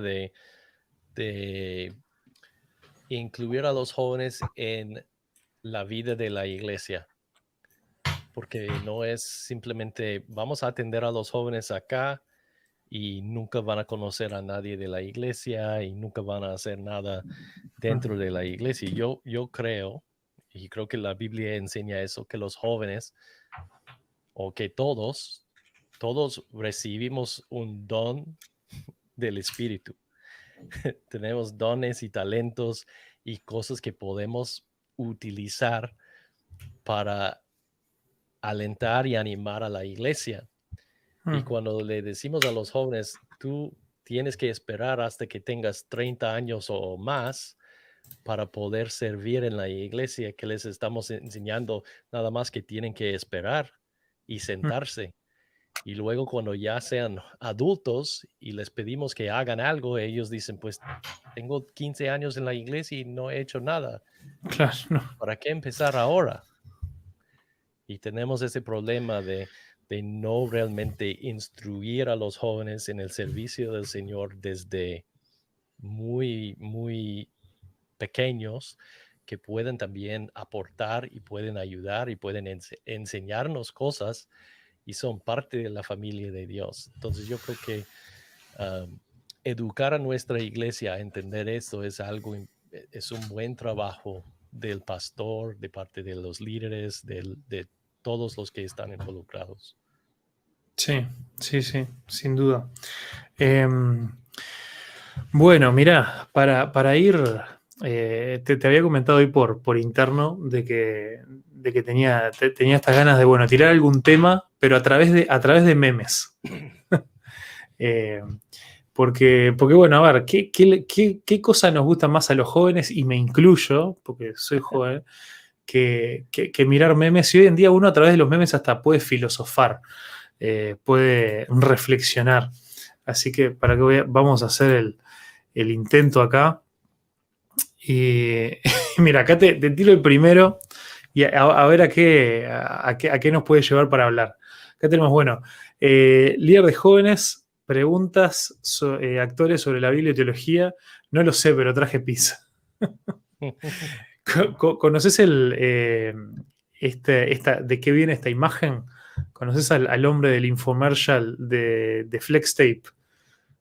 de incluir a los jóvenes en la vida de la iglesia, porque no es simplemente vamos a atender a los jóvenes acá y nunca van a conocer a nadie de la iglesia y nunca van a hacer nada dentro de la iglesia. Yo creo, y creo que la Biblia enseña eso, que los jóvenes o que todos recibimos un don del Espíritu. Tenemos dones y talentos y cosas que podemos utilizar para alentar y animar a la iglesia. Y cuando le decimos a los jóvenes, tú tienes que esperar hasta que tengas 30 años o más para poder servir en la iglesia, que les estamos enseñando nada más que tienen que esperar y sentarse. Y luego cuando ya sean adultos y les pedimos que hagan algo, ellos dicen, pues tengo 15 años en la iglesia y no he hecho nada. Claro, no. ¿Para qué empezar ahora? Y tenemos ese problema de no realmente instruir a los jóvenes en el servicio del Señor desde muy pequeños, que pueden también aportar y pueden ayudar y pueden enseñarnos cosas y son parte de la familia de Dios. Entonces yo creo que educar a nuestra iglesia a entender esto es es un buen trabajo del pastor, de parte de los líderes, de todos los que están involucrados. Sí, sin duda. Bueno, mirá, para ir, te había comentado hoy por interno de que tenía estas ganas de, bueno, tirar algún tema, pero a través de memes. Porque, bueno, a ver, ¿qué cosa nos gusta más a los jóvenes? Y me incluyo, porque soy joven, que mirar memes. Y hoy en día uno a través de los memes hasta puede filosofar, puede reflexionar. Así que vamos a hacer el intento acá. Y mira, acá te tiro el primero y a ver a qué nos puede llevar para hablar. Acá tenemos, bueno, líder de jóvenes, preguntas, actores sobre la Biblia y teología. No lo sé, pero traje pizza. ¿Conoces de qué viene esta imagen? ¿Conoces al hombre del infomercial de Flex Tape?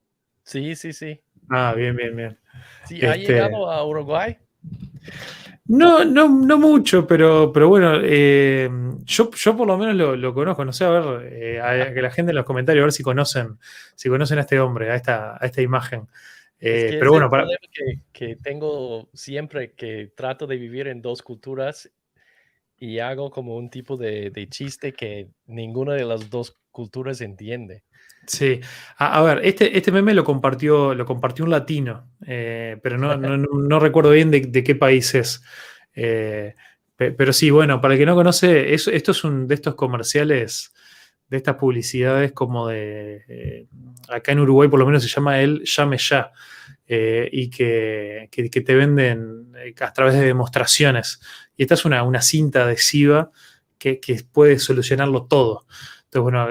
Sí, sí, sí. Ah, bien. Sí, ¿ha llegado a Uruguay? No mucho, pero bueno, yo por lo menos lo conozco, no sé, a ver, que la gente en los comentarios, a ver si conocen a este hombre, a esta imagen. Es que Pero es el bueno, problema que tengo siempre, que trato de vivir en dos culturas y hago como un tipo de chiste que ninguna de las dos culturas entiende. sí. A ver, este meme lo compartió un latino, pero no recuerdo bien de qué país es. Pero sí, bueno, para el que no conoce, esto es un de estos comerciales, de estas publicidades como acá en Uruguay por lo menos se llama el Llame Ya, y que te venden a través de demostraciones. Y esta es una cinta adhesiva que puede solucionarlo todo. Entonces, bueno,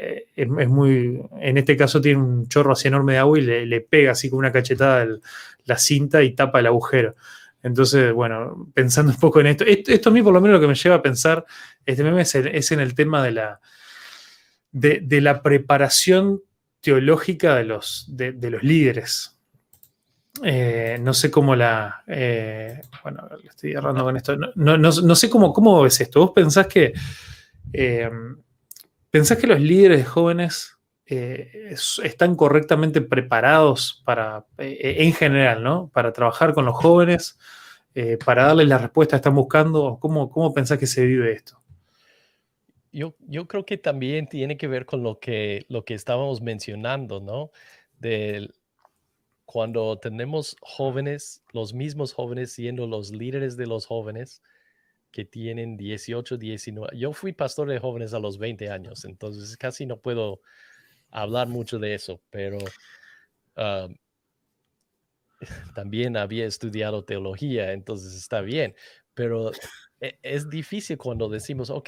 en este caso tiene un chorro así enorme de agua y le pega así con una cachetada la cinta y tapa el agujero. Entonces, bueno, pensando un poco en esto a mí por lo menos lo que me lleva a pensar este meme es en el tema de la preparación teológica de los líderes. No sé cómo bueno, a ver, le estoy agarrando con esto. No sé cómo ves esto. ¿Vos eh, pensás que los líderes de jóvenes están correctamente preparados en general, ¿no? Para trabajar con los jóvenes, para darles la respuesta que están buscando? ¿Cómo pensás que se vive esto? Yo creo que también tiene que ver con lo que estábamos mencionando, ¿no? Del, cuando tenemos jóvenes, los mismos jóvenes siendo los líderes de los jóvenes que tienen 18, 19. Yo fui pastor de jóvenes a los 20 años, entonces casi no puedo hablar mucho de eso, pero ah, también había estudiado teología, entonces está bien, pero es difícil cuando decimos, ok,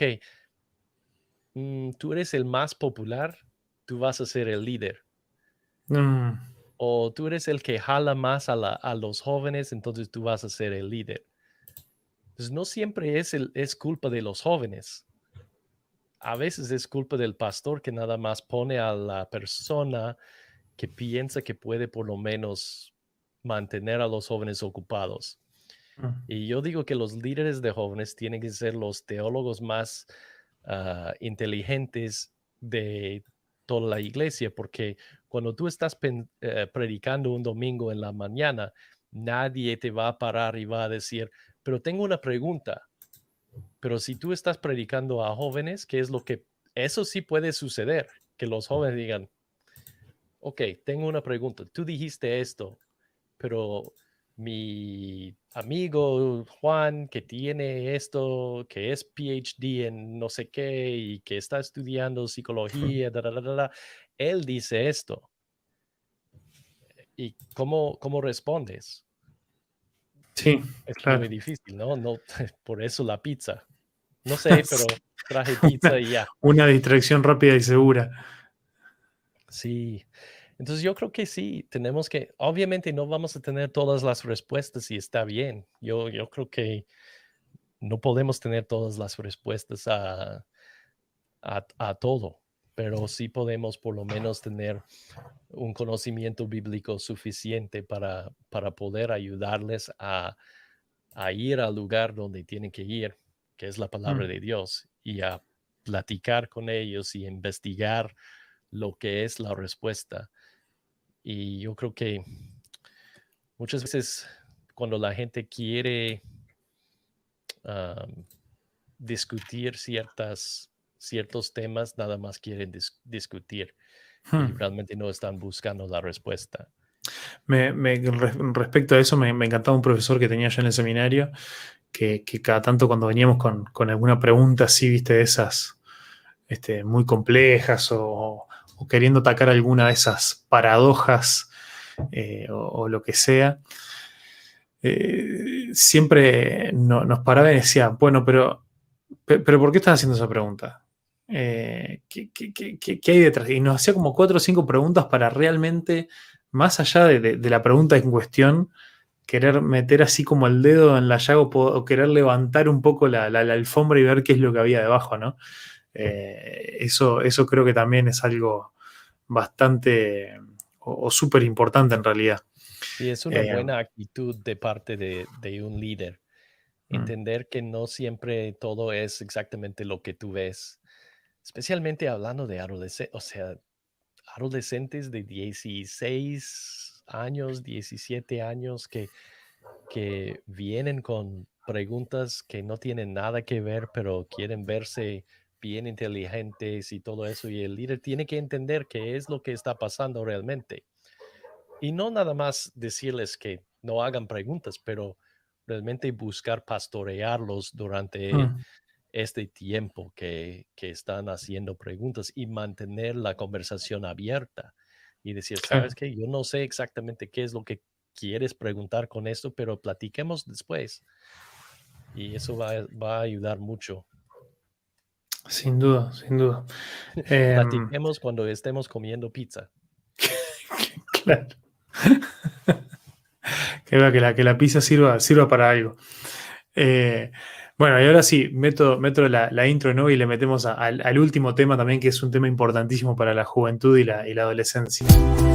tú eres el más popular, tú vas a ser el líder. Mm, O tú eres el que jala más a los jóvenes, entonces tú vas a ser el líder. Pues no siempre es culpa de los jóvenes. A veces es culpa del pastor que nada más pone a la persona que piensa que puede por lo menos mantener a los jóvenes ocupados. mm, Y yo digo que los líderes de jóvenes tienen que ser los teólogos más inteligentes de toda la iglesia, porque cuando tú estás predicando un domingo en la mañana, nadie te va a parar y va a decir, pero tengo una pregunta. Pero si tú estás predicando a jóvenes, ¿qué es lo que... Eso sí puede suceder, que los jóvenes digan, ok, tengo una pregunta. Tú dijiste esto, pero mi amigo Juan, que tiene esto, que es PhD en no sé qué y que está estudiando psicología, él dice esto. ¿Y cómo respondes? sí, Es muy claro. difícil, ¿no? No, por eso la pizza. No sé, pero traje pizza Una, y ya. una distracción rápida y segura. Sí. Entonces yo creo que sí, tenemos que, obviamente no vamos a tener todas las respuestas y está bien. Yo creo que no podemos tener todas las respuestas a todo, pero sí podemos por lo menos tener un conocimiento bíblico suficiente para poder ayudarles a ir al lugar donde tienen que ir, que es la palabra Mm, de Dios, y a platicar con ellos y investigar lo que es la respuesta. Y yo creo que muchas veces cuando la gente quiere am, discutir ciertos temas, nada más quieren discutir y mm. realmente no están buscando la respuesta. Respecto a eso, me encantaba un profesor que tenía yo en el seminario, que cada tanto cuando veníamos con alguna pregunta así, viste, de esas muy complejas o queriendo atacar alguna de esas paradojas, o lo que sea, siempre nos paraba y decía, bueno, pero ¿por qué estás haciendo esa pregunta? ¿Qué hay detrás? Y nos hacía como 4 o 5 preguntas para realmente, más allá de la pregunta en cuestión, querer meter así como el dedo en la llaga o querer levantar un poco la alfombra y ver qué es lo que había debajo, ¿no? Eso creo que también es algo bastante o súper importante en realidad. Sí, es una Eh, buena actitud de parte de un líder. entender que no siempre todo es exactamente lo que tú ves, especialmente hablando de adolescentes, o sea, adolescentes de 16 años, 17 años que vienen con preguntas que no tienen nada que ver, pero quieren verse bien inteligentes y todo eso, y el líder tiene que entender qué es lo que está pasando realmente. Y no nada más decirles que no hagan preguntas, pero realmente buscar pastorearlos durante Mm, este tiempo que están haciendo preguntas y mantener la conversación abierta y decir, ¿sabes claro. qué? Yo no sé exactamente qué es lo que quieres preguntar con esto, pero platiquemos después. Y eso va a ayudar mucho. Sin duda, sin duda. Em, Platiquemos cuando estemos comiendo pizza. claro. Que vea que la pizza sirva para algo. Eh, bueno, y ahora sí, meto la intro, ¿no? Y le metemos al último tema también, que es un tema importantísimo para la juventud y la adolescencia.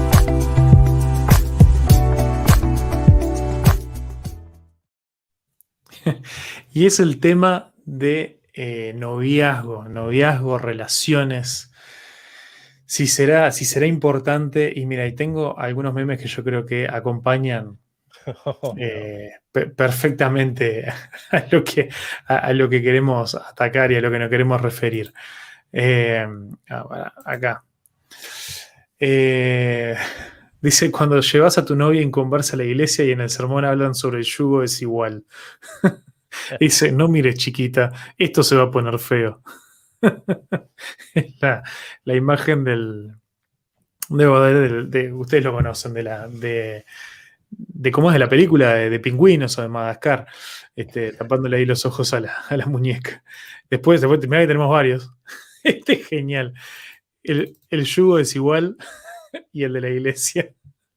Y es el tema de noviazgo, relaciones. Si será importante. Y mira, y tengo algunos memes que yo creo que acompañan Oh, no. perfectamente a lo que queremos atacar y a lo que nos queremos referir. Eh, Acá. Eh, Dice, cuando llevas a tu novia en conversa a la iglesia y en el sermón hablan sobre el yugo desigual. Dice, no mires chiquita, esto se va a poner feo. la, la imagen ustedes lo conocen, de cómo es de la película de pingüinos o de Madagascar, tapándole ahí los ojos a la muñeca. Después mirá que tenemos varios. Este es genial. El yugo desigual y el de la iglesia.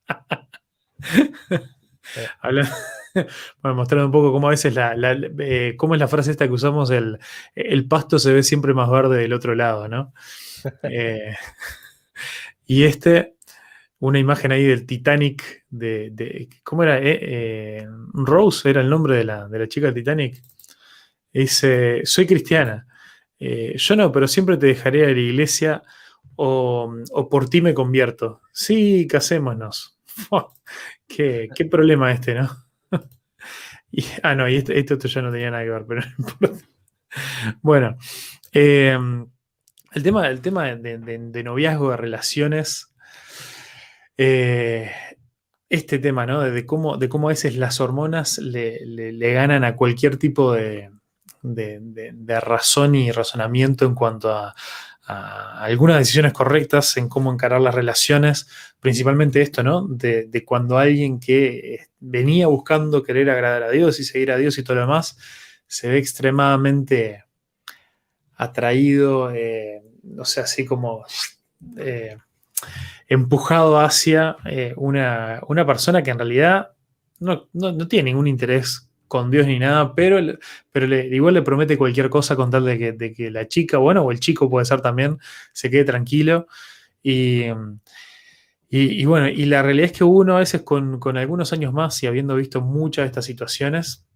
Eh, Habla- bueno, mostrando un poco cómo a veces cómo es la frase esta que usamos, el pasto se ve siempre más verde del otro lado, ¿no? Eh, y una imagen ahí del Titanic, ¿cómo era? Rose era el nombre de la chica del Titanic. Dice, soy cristiana. Yo no, pero siempre te dejaré a la iglesia o por ti me convierto. Sí, casémonos. Qué problema este, ¿no? No, y esto ya no tenía nada que ver, pero no importa. Bueno, eh, el tema de noviazgo, de relaciones, eh, este tema, ¿no? De cómo a veces las hormonas le ganan a cualquier tipo de razón y razonamiento en cuanto a algunas decisiones correctas en cómo encarar las relaciones, principalmente esto, ¿no? De cuando alguien que venía buscando querer agradar a Dios y seguir a Dios y todo lo demás, se ve extremadamente atraído, no sé, así como eh, empujado hacia una persona que en realidad no tiene ningún interés con Dios ni nada, pero igual le promete cualquier cosa con tal de que la chica, bueno, o el chico puede ser también, se quede tranquilo. Y, y bueno, y la realidad es que uno a veces con algunos años más y habiendo visto muchas de estas situaciones,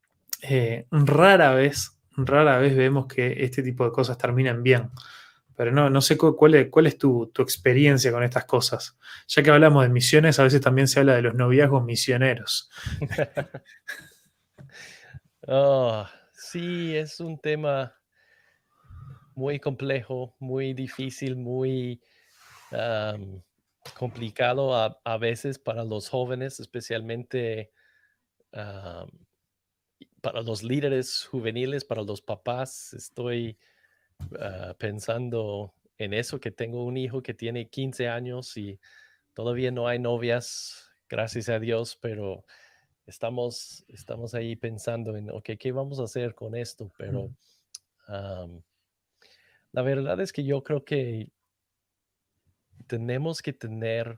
rara vez vemos que este tipo de cosas terminan bien. Pero no sé cuál es tu experiencia con estas cosas. Ya que hablamos de misiones, a veces también se habla de los noviazgos misioneros. Oh, sí, es un tema muy complejo, muy difícil, muy am, complicado a veces para los jóvenes, especialmente am, para los líderes juveniles, para los papás. Estoy pensando en eso, que tengo un hijo que tiene 15 años y todavía no hay novias, gracias a Dios, pero estamos ahí pensando en, ok, ¿qué vamos a hacer con esto? Pero am, la verdad es que yo creo que tenemos que tener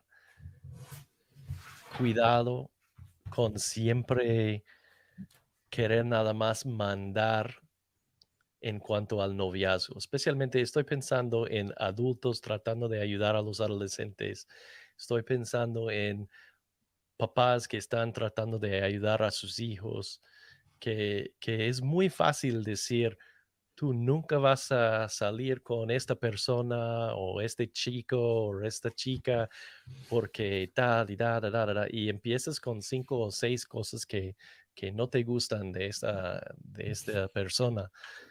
cuidado con siempre querer nada más mandar en cuanto al noviazgo. Especialmente estoy pensando en adultos tratando de ayudar a los adolescentes. Estoy pensando en papás que están tratando de ayudar a sus hijos, que es muy fácil decir, tú nunca vas a salir con esta persona o este chico o esta chica porque tal y y empiezas con 5 o 6 cosas que no te gustan de esta persona.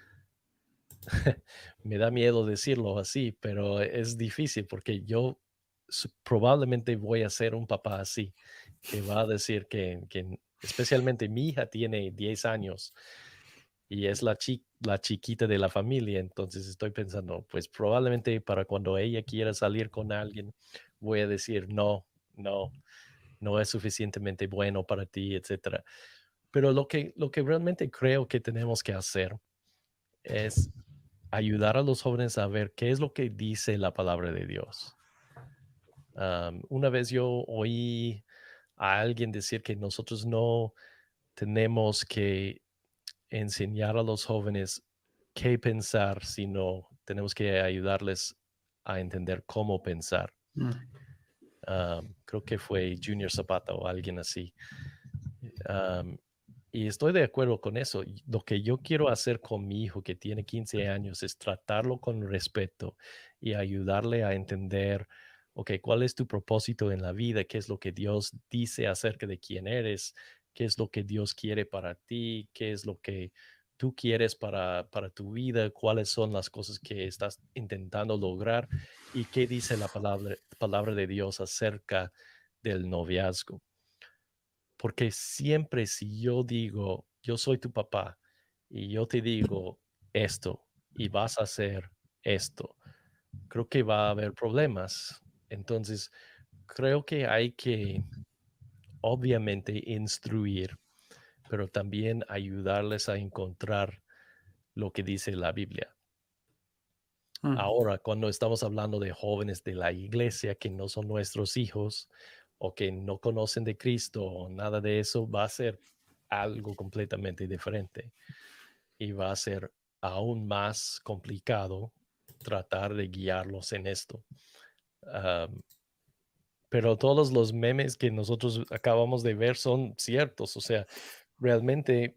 Me da miedo decirlo así, pero es difícil porque yo probablemente voy a ser un papá así, que va a decir que especialmente mi hija tiene 10 años y es la chiquita de la familia, entonces estoy pensando, pues probablemente para cuando ella quiera salir con alguien, voy a decir, no, no, no es suficientemente bueno para ti, etcétera. Pero lo que realmente creo que tenemos que hacer es ayudar a los jóvenes a ver qué es lo que dice la palabra de Dios. Una vez yo oí a alguien decir que nosotros no tenemos que enseñar a los jóvenes qué pensar, sino tenemos que ayudarles a entender cómo pensar. Mm. Creo que fue Junior Zapata o alguien así. Am, y estoy de acuerdo con eso. Y lo que yo quiero hacer con mi hijo que tiene 15 años es tratarlo con respeto y ayudarle a entender, ok, ¿cuál es tu propósito en la vida? ¿Qué es lo que Dios dice acerca de quién eres? ¿Qué es lo que Dios quiere para ti? ¿Qué es lo que tú quieres para tu vida? ¿Cuáles son las cosas que estás intentando lograr? ¿Y qué dice la palabra de Dios acerca del noviazgo? Porque siempre si yo digo, yo soy tu papá y yo te digo esto y vas a hacer esto, creo que va a haber problemas. Entonces, creo que hay que obviamente instruir, pero también ayudarles a encontrar lo que dice la Biblia. Mm. Ahora, cuando estamos hablando de jóvenes de la iglesia que no son nuestros hijos o que no conocen de Cristo o nada de eso, va a ser algo completamente diferente y va a ser aún más complicado tratar de guiarlos en esto. Am, pero todos los memes que nosotros acabamos de ver son ciertos, o sea, realmente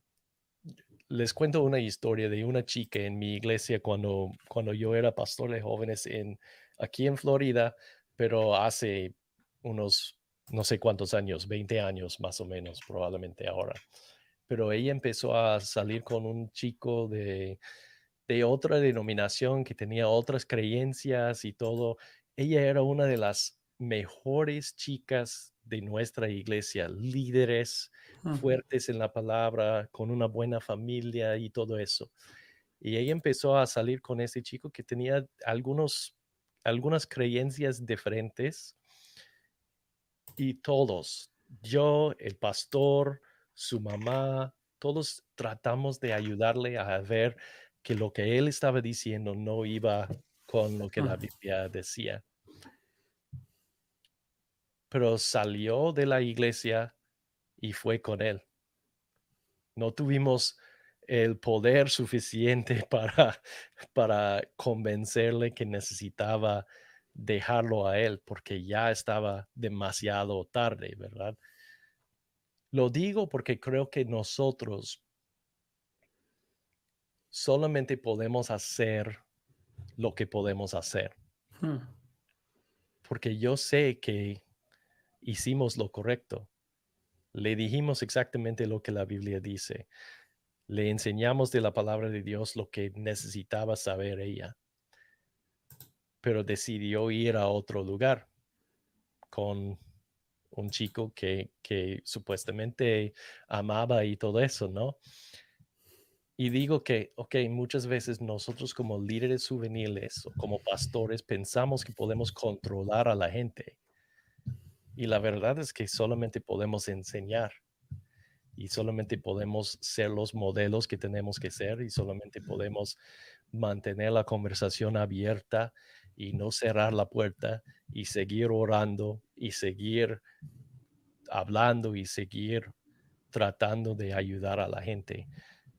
les cuento una historia de una chica en mi iglesia cuando yo era pastor de jóvenes aquí en Florida, pero hace unos no sé cuántos años, 20 años más o menos, probablemente ahora. Pero ella empezó a salir con un chico de otra denominación que tenía otras creencias y todo. Ella era una de las mejores chicas de nuestra iglesia, líderes Mm. fuertes en la palabra, con una buena familia y todo eso. Y ella empezó a salir con ese chico que tenía algunas creencias diferentes y todos, yo, el pastor, su mamá, todos tratamos de ayudarle a ver que lo que él estaba diciendo no iba con lo que la Mm. Biblia decía. Pero salió de la iglesia y fue con él. No tuvimos el poder suficiente para convencerle que necesitaba dejarlo a él porque ya estaba demasiado tarde, ¿verdad? Lo digo porque creo que nosotros solamente podemos hacer lo que podemos hacer, Mm. porque yo sé que hicimos lo correcto. Le dijimos exactamente lo que la Biblia dice. Le enseñamos de la palabra de Dios lo que necesitaba saber ella, pero decidió ir a otro lugar con un chico que supuestamente amaba y todo eso, ¿no? Y digo que, ok, muchas veces nosotros como líderes juveniles o como pastores pensamos que podemos controlar a la gente y la verdad es que solamente podemos enseñar y solamente podemos ser los modelos que tenemos que ser y solamente podemos mantener la conversación abierta y no cerrar la puerta y seguir orando y seguir hablando y seguir tratando de ayudar a la gente.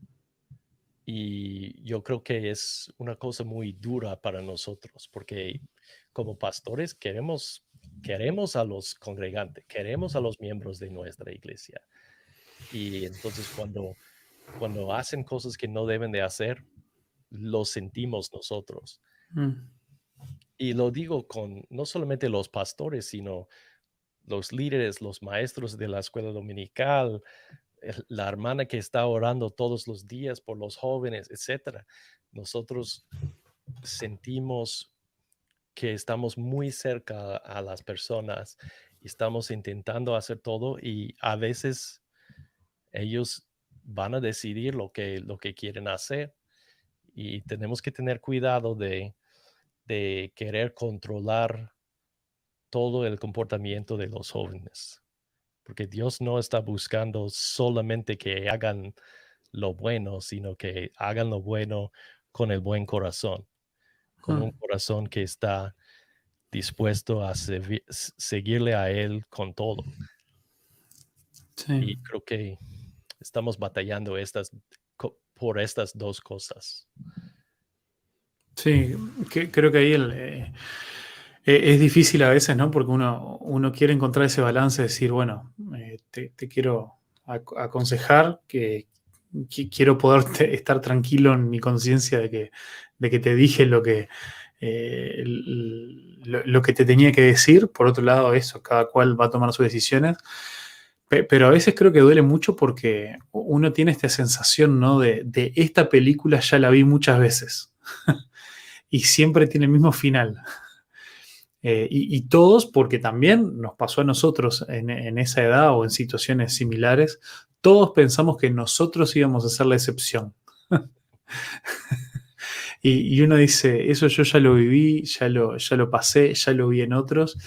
Y yo creo que es una cosa muy dura para nosotros, porque como pastores queremos a los congregantes, queremos a los miembros de nuestra iglesia, Y entonces cuando hacen cosas que no deben de hacer, lo sentimos nosotros. Mm. Y lo digo con no solamente los pastores, sino los líderes, los maestros de la escuela dominical, la hermana que está orando todos los días por los jóvenes, etcétera. Nosotros sentimos que estamos muy cerca a las personas y estamos intentando hacer todo, y a veces ellos van a decidir lo que quieren hacer, y tenemos que tener cuidado de querer controlar todo el comportamiento de los jóvenes, porque Dios no está buscando solamente que hagan lo bueno, sino que hagan lo bueno con el buen corazón, con un Mm. corazón que está dispuesto a seguirle a Él con todo. Sí. Y creo que estamos batallando por estas dos cosas. Sí, creo que ahí es difícil a veces, ¿no? Porque uno quiere encontrar ese balance, decir, bueno, te quiero aconsejar que quiero poder estar tranquilo en mi conciencia de que te dije lo que te tenía que decir. Por otro lado, eso, cada cual va a tomar sus decisiones. Pero a veces creo que duele mucho porque uno tiene esta sensación, ¿no? De esta película ya la vi muchas veces y siempre tiene el mismo final. Y todos, porque también nos pasó a nosotros en esa edad o en situaciones similares, todos pensamos que nosotros íbamos a ser la excepción. Y uno dice, eso yo ya lo viví, ya lo pasé, ya lo vi en otros.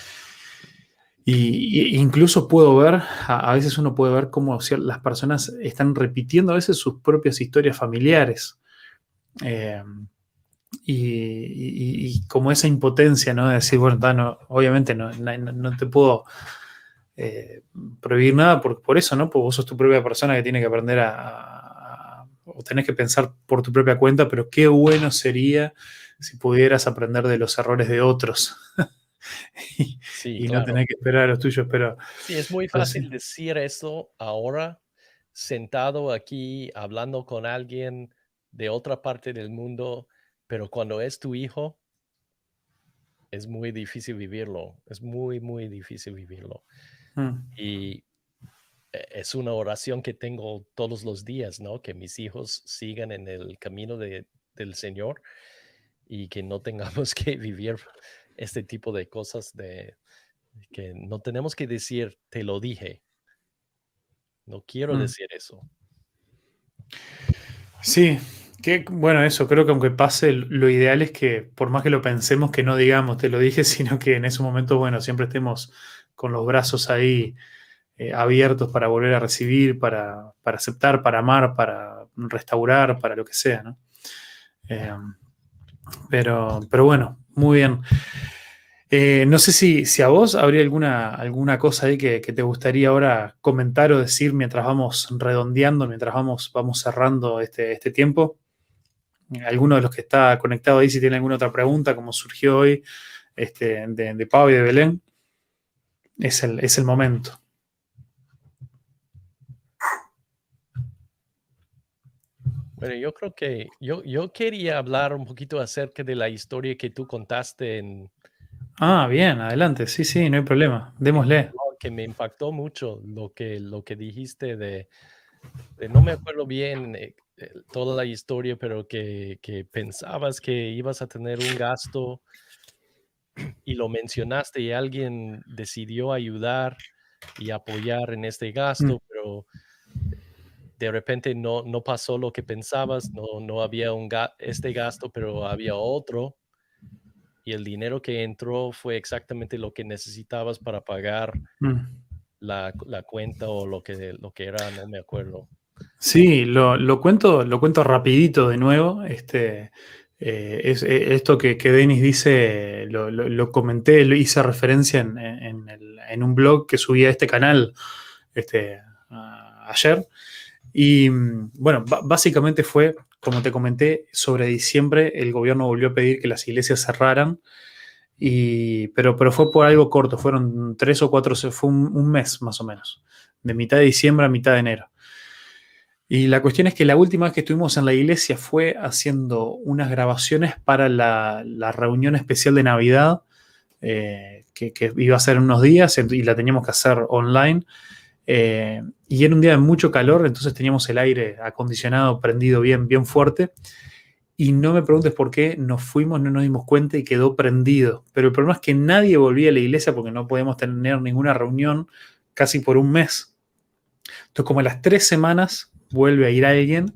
Y incluso puedo ver, a veces uno puede ver cómo las personas están repitiendo a veces sus propias historias familiares. Eh, y como esa impotencia, ¿no? De decir, bueno, obviamente no te puedo eh, prohibir nada por eso, ¿no? Porque vos sos tu propia persona que tiene que aprender o tenés que pensar por tu propia cuenta, pero qué bueno sería si pudieras aprender de los errores de otros y, Sí, y no claro. tener que esperar a los tuyos, Sí, es muy pero sí. fácil decir eso ahora, sentado aquí hablando con alguien de otra parte del mundo, pero cuando es tu hijo, es muy difícil vivirlo, es muy, muy difícil vivirlo. Mm, Y es una oración que tengo todos los días, ¿no? Que mis hijos sigan en el camino del Señor, y que no tengamos que vivir este tipo de cosas, de que no tenemos que decir, te lo dije, no quiero mm. decir eso. Sí, que bueno, eso, creo que aunque pase, lo ideal es que por más que lo pensemos, que no digamos, te lo dije, sino que en ese momento, bueno, siempre estemos con los brazos ahí abiertos para volver a recibir, para aceptar, para amar, para restaurar, para lo que sea, ¿no? Eh, pero bueno, muy bien. No sé si a vos habría alguna cosa ahí que te gustaría ahora comentar o decir mientras vamos redondeando, mientras vamos cerrando este tiempo. Alguno de los que está conectado ahí, si tiene alguna otra pregunta, como surgió hoy, de Pau y de Belén, es el momento. Bueno, yo creo que yo quería hablar un poquito acerca de la historia que tú contaste Ah, bien, adelante. Sí, sí, no hay problema. en tu Démosle. blog, que me impactó mucho lo que dijiste no me acuerdo bien toda la historia, pero que pensabas que ibas a tener un gasto y lo mencionaste, y alguien decidió ayudar y apoyar en este Mm, gasto, pero de repente no pasó lo que pensabas, no había este gasto, pero había otro, y el dinero que entró fue exactamente lo que necesitabas para pagar mm. la cuenta, o lo que era, no me acuerdo. Sí, lo cuento rapidito de nuevo. Esto que Denis dice, lo comenté, lo hice referencia en un blog que subí a este canal ayer. Y bueno, básicamente fue, como te comenté, sobre diciembre el gobierno volvió a pedir que las iglesias cerraran, pero fue por algo corto, fueron 3 o 4, fue un mes más o menos, de mitad de diciembre a mitad de enero. Y la cuestión es que la última vez que estuvimos en la iglesia fue haciendo unas grabaciones para la reunión especial de Navidad, que iba a ser en unos días y la teníamos que hacer online. Y era un día de mucho calor, entonces teníamos el aire acondicionado prendido bien, bien fuerte. Y no me preguntes por qué, nos fuimos, no nos dimos cuenta y quedó prendido. Pero el problema es que nadie volvía a la iglesia porque no podíamos tener ninguna reunión casi por un mes. Entonces, como a las 3 semanas vuelve a ir alguien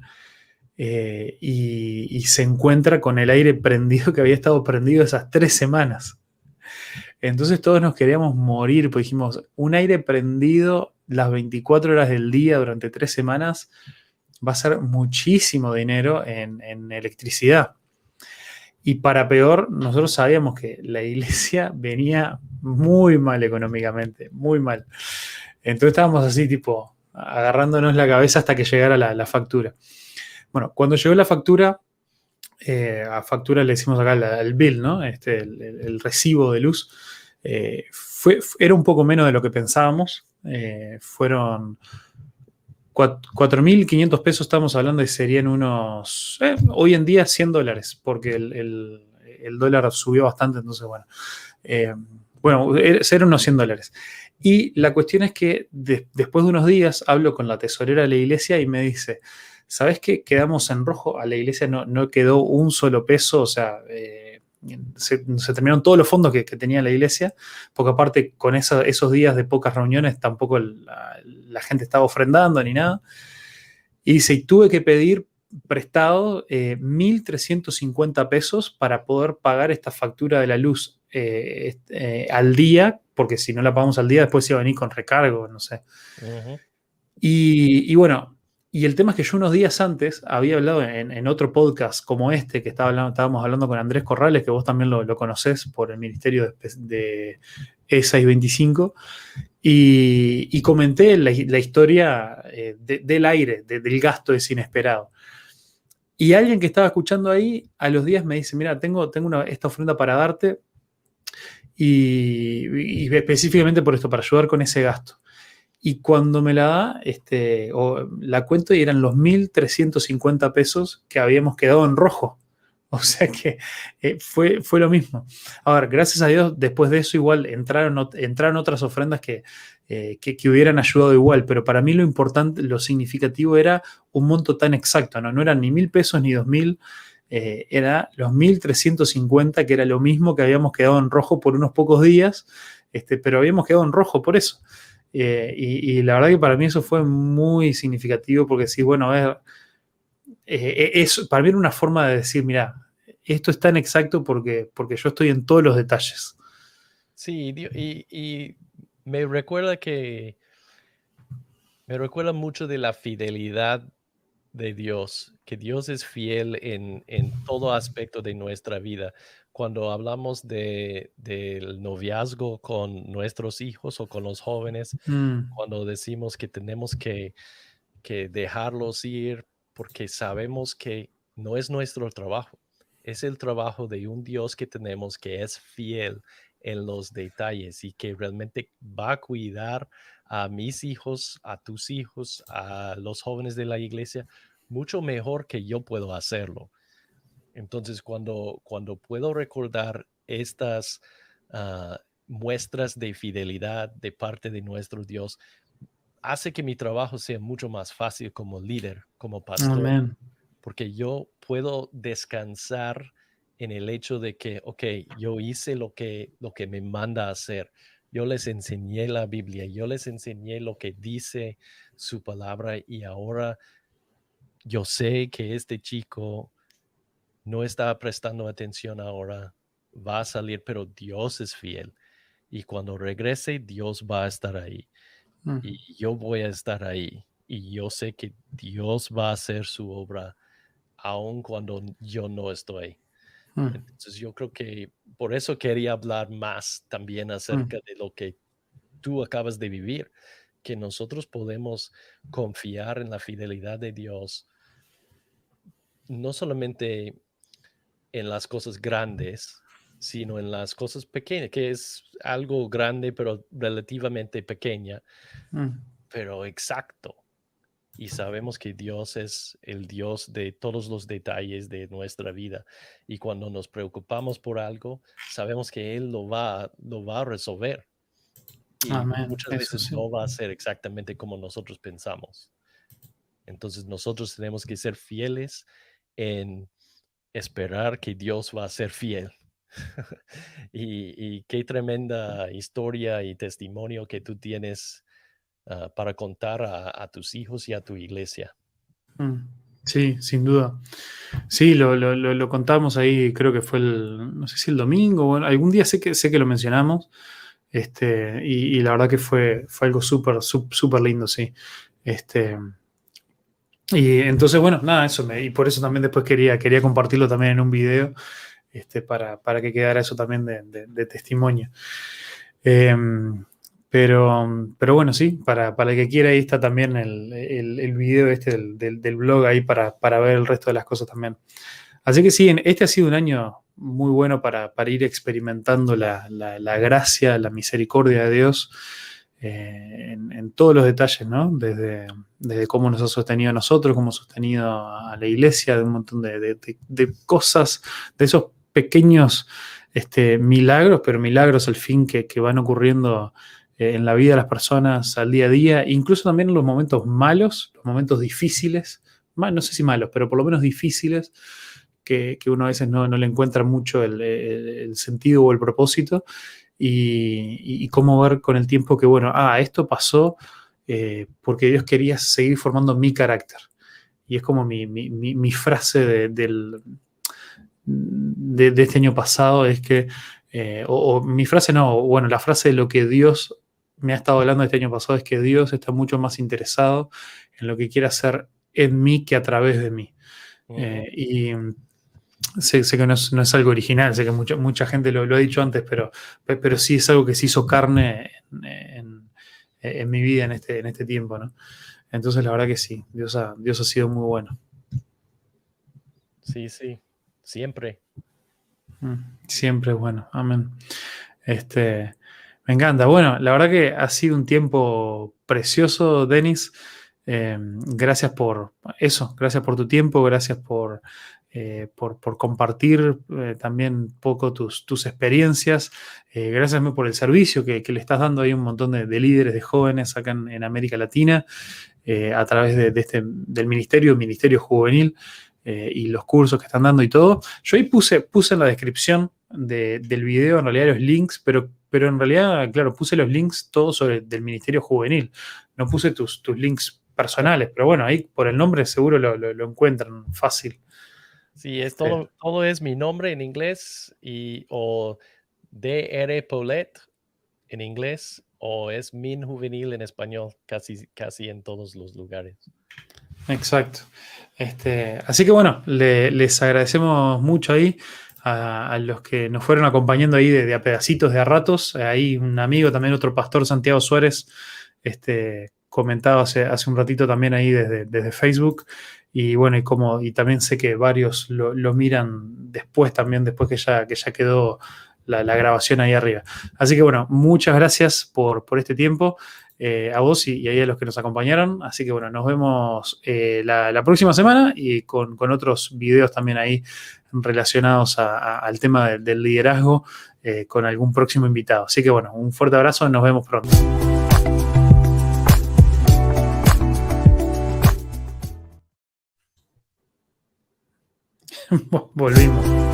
y se encuentra con el aire prendido que había estado prendido esas 3 semanas. Entonces todos nos queríamos morir, pues dijimos, un aire prendido las 24 horas del día durante 3 semanas va a ser muchísimo dinero en electricidad. Y para peor, nosotros sabíamos que la iglesia venía muy mal económicamente, muy mal. Entonces estábamos así, tipo, agarrándonos la cabeza hasta que llegara la factura. Bueno, cuando llegó la factura, a factura le decimos acá el bill, ¿no? El recibo de luz, era un poco menos de lo que pensábamos. Fueron 4.500 pesos, estamos hablando, y serían unos, hoy en día, $100, porque el dólar subió bastante, entonces, bueno, eran unos $100. Y la cuestión es que después de unos días hablo con la tesorera de la iglesia y me dice, ¿sabes qué? Quedamos en rojo, a la iglesia no quedó un solo peso, o sea, se terminaron todos los fondos que tenía la iglesia, porque aparte con esos días de pocas reuniones tampoco la gente estaba ofrendando ni nada. Y dice, y tuve que pedir prestado 1.350 pesos para poder pagar esta factura de la luz al día, porque si no la pagamos al día después iba a venir con recargo, no sé. Ujú. Y bueno, y el tema es que yo unos días antes había hablado en otro podcast como este, que estábamos hablando con Andrés Corrales, que vos también lo conocés por el Ministerio de E625, y comenté la historia del aire, del gasto ese inesperado. Y alguien que estaba escuchando ahí, a los días me dice, mira, tengo esta ofrenda para darte, y específicamente por esto, para ayudar con ese gasto. Y cuando me la da, la cuento y eran los 1.350 pesos que habíamos quedado en rojo. O sea que fue lo mismo. A ver, gracias a Dios, después de eso igual entraron otras ofrendas que hubieran ayudado igual, pero para mí lo importante, lo significativo era un monto tan exacto, ¿no? No eran ni 1.000 pesos ni 2.000, era los 1.350, que era lo mismo que habíamos quedado en rojo por unos pocos días, pero habíamos quedado en rojo por eso. Y la verdad que para mí eso fue muy significativo porque sí, bueno, a ver, para mí era una forma de decir, mira, esto es tan exacto porque yo estoy en todos los detalles. Sí, y me recuerda mucho de la fidelidad de Dios, que Dios es fiel en todo aspecto de nuestra vida. Cuando hablamos del noviazgo con nuestros hijos o con los jóvenes, Mm, cuando decimos que tenemos que dejarlos ir porque sabemos que no es nuestro trabajo, es el trabajo de un Dios que tenemos que es fiel en los detalles y que realmente va a cuidar a mis hijos, a tus hijos, a los jóvenes de la iglesia, mucho mejor que yo puedo hacerlo. Entonces, cuando puedo recordar estas muestras de fidelidad de parte de nuestro Dios, hace que mi trabajo sea mucho más fácil como líder, como pastor, amén. porque yo puedo descansar en el hecho de que, ok, yo hice lo que me manda a hacer. Yo les enseñé la Biblia, yo les enseñé lo que dice su palabra y ahora yo sé que este chico no está prestando atención ahora, va a salir, pero Dios es fiel. Y cuando regrese, Dios va a estar ahí Mm, y yo voy a estar ahí. Y yo sé que Dios va a hacer su obra aun cuando yo no estoy. mm, Entonces yo creo que por eso quería hablar más también mm, acerca de lo que tú acabas de vivir, que nosotros podemos confiar en la fidelidad de Dios, no solamente en las cosas grandes, sino en las cosas pequeñas, que es algo grande pero relativamente pequeña, mm. pero exacto. y sabemos que Dios es el Dios de todos los detalles de nuestra vida. Y cuando nos preocupamos por algo, sabemos que Él lo va a resolver. Y Amén. muchas Eso veces sí. no va a ser exactamente como nosotros pensamos. Entonces nosotros tenemos que ser fieles en esperar que Dios va a ser fiel. Y qué tremenda historia y testimonio que tú tienes para contar a tus hijos y a tu iglesia. Sí, sin duda. Sí, lo contamos ahí, creo que fue no sé si el domingo, bueno, algún día sé que lo mencionamos, y la verdad que fue algo súper lindo, sí. Y entonces, bueno, nada, y por eso también después quería compartirlo también en un video, para que quedara eso también de testimonio. Pero bueno, sí, para el que quiera, ahí está también el video del blog ahí para ver el resto de las cosas también. Así que sí, este ha sido un año muy bueno para ir experimentando la gracia, la misericordia de Dios, en todos los detalles, ¿no? Desde cómo nos ha sostenido a nosotros, cómo ha sostenido a la iglesia, de un montón de cosas, de esos pequeños milagros, pero milagros al fin que van ocurriendo en la vida de las personas al día a día, incluso también en los momentos malos, los momentos difíciles, no sé si malos, pero por lo menos difíciles, que uno a veces no le encuentra mucho el sentido o el propósito, y cómo ver con el tiempo que, bueno, esto pasó porque Dios quería seguir formando mi carácter. Y es como mi frase de este año pasado es que, o mi frase no, bueno, la frase de lo que Dios me ha estado hablando este año pasado es que Dios está mucho más interesado en lo que quiere hacer en mí que a través de mí. Y sé que no es algo original, sé que mucha gente lo ha dicho antes, pero sí es algo que se hizo carne en mi vida en este tiempo, ¿no? Entonces la verdad que sí, Dios ha sido muy bueno. Sí, siempre. Siempre es bueno, amén. Me encanta. Bueno, la verdad que ha sido un tiempo precioso, Denis. Gracias por eso, gracias por tu tiempo, gracias por compartir también un poco tus experiencias. Gracias por el servicio que le estás dando ahí a un montón de líderes, de jóvenes acá en América Latina, a través del Ministerio Juvenil, y los cursos que están dando y todo. Yo ahí puse en la descripción del video en realidad los links, pero en realidad, claro, puse los links todos del Ministerio Juvenil. No puse tus links personales, pero bueno, ahí por el nombre seguro lo encuentran fácil. Sí, todo es mi nombre en inglés o DR Paulet en inglés, o es Min Juvenil en español, casi en todos los lugares. Exacto. Así que bueno, les agradecemos mucho ahí a los que nos fueron acompañando ahí de a pedacitos, de a ratos. Ahí un amigo, también otro pastor, Santiago Suárez, comentaba hace un ratito también ahí desde Facebook. Y bueno, y también sé que varios lo miran después que ya quedó la grabación ahí arriba. Así que bueno, muchas gracias por este tiempo. A vos y ahí a los que nos acompañaron. Así que bueno, nos vemos la próxima semana y con otros videos también ahí relacionados al tema del liderazgo, con algún próximo invitado. Así que bueno, un fuerte abrazo, nos vemos pronto. Volvimos.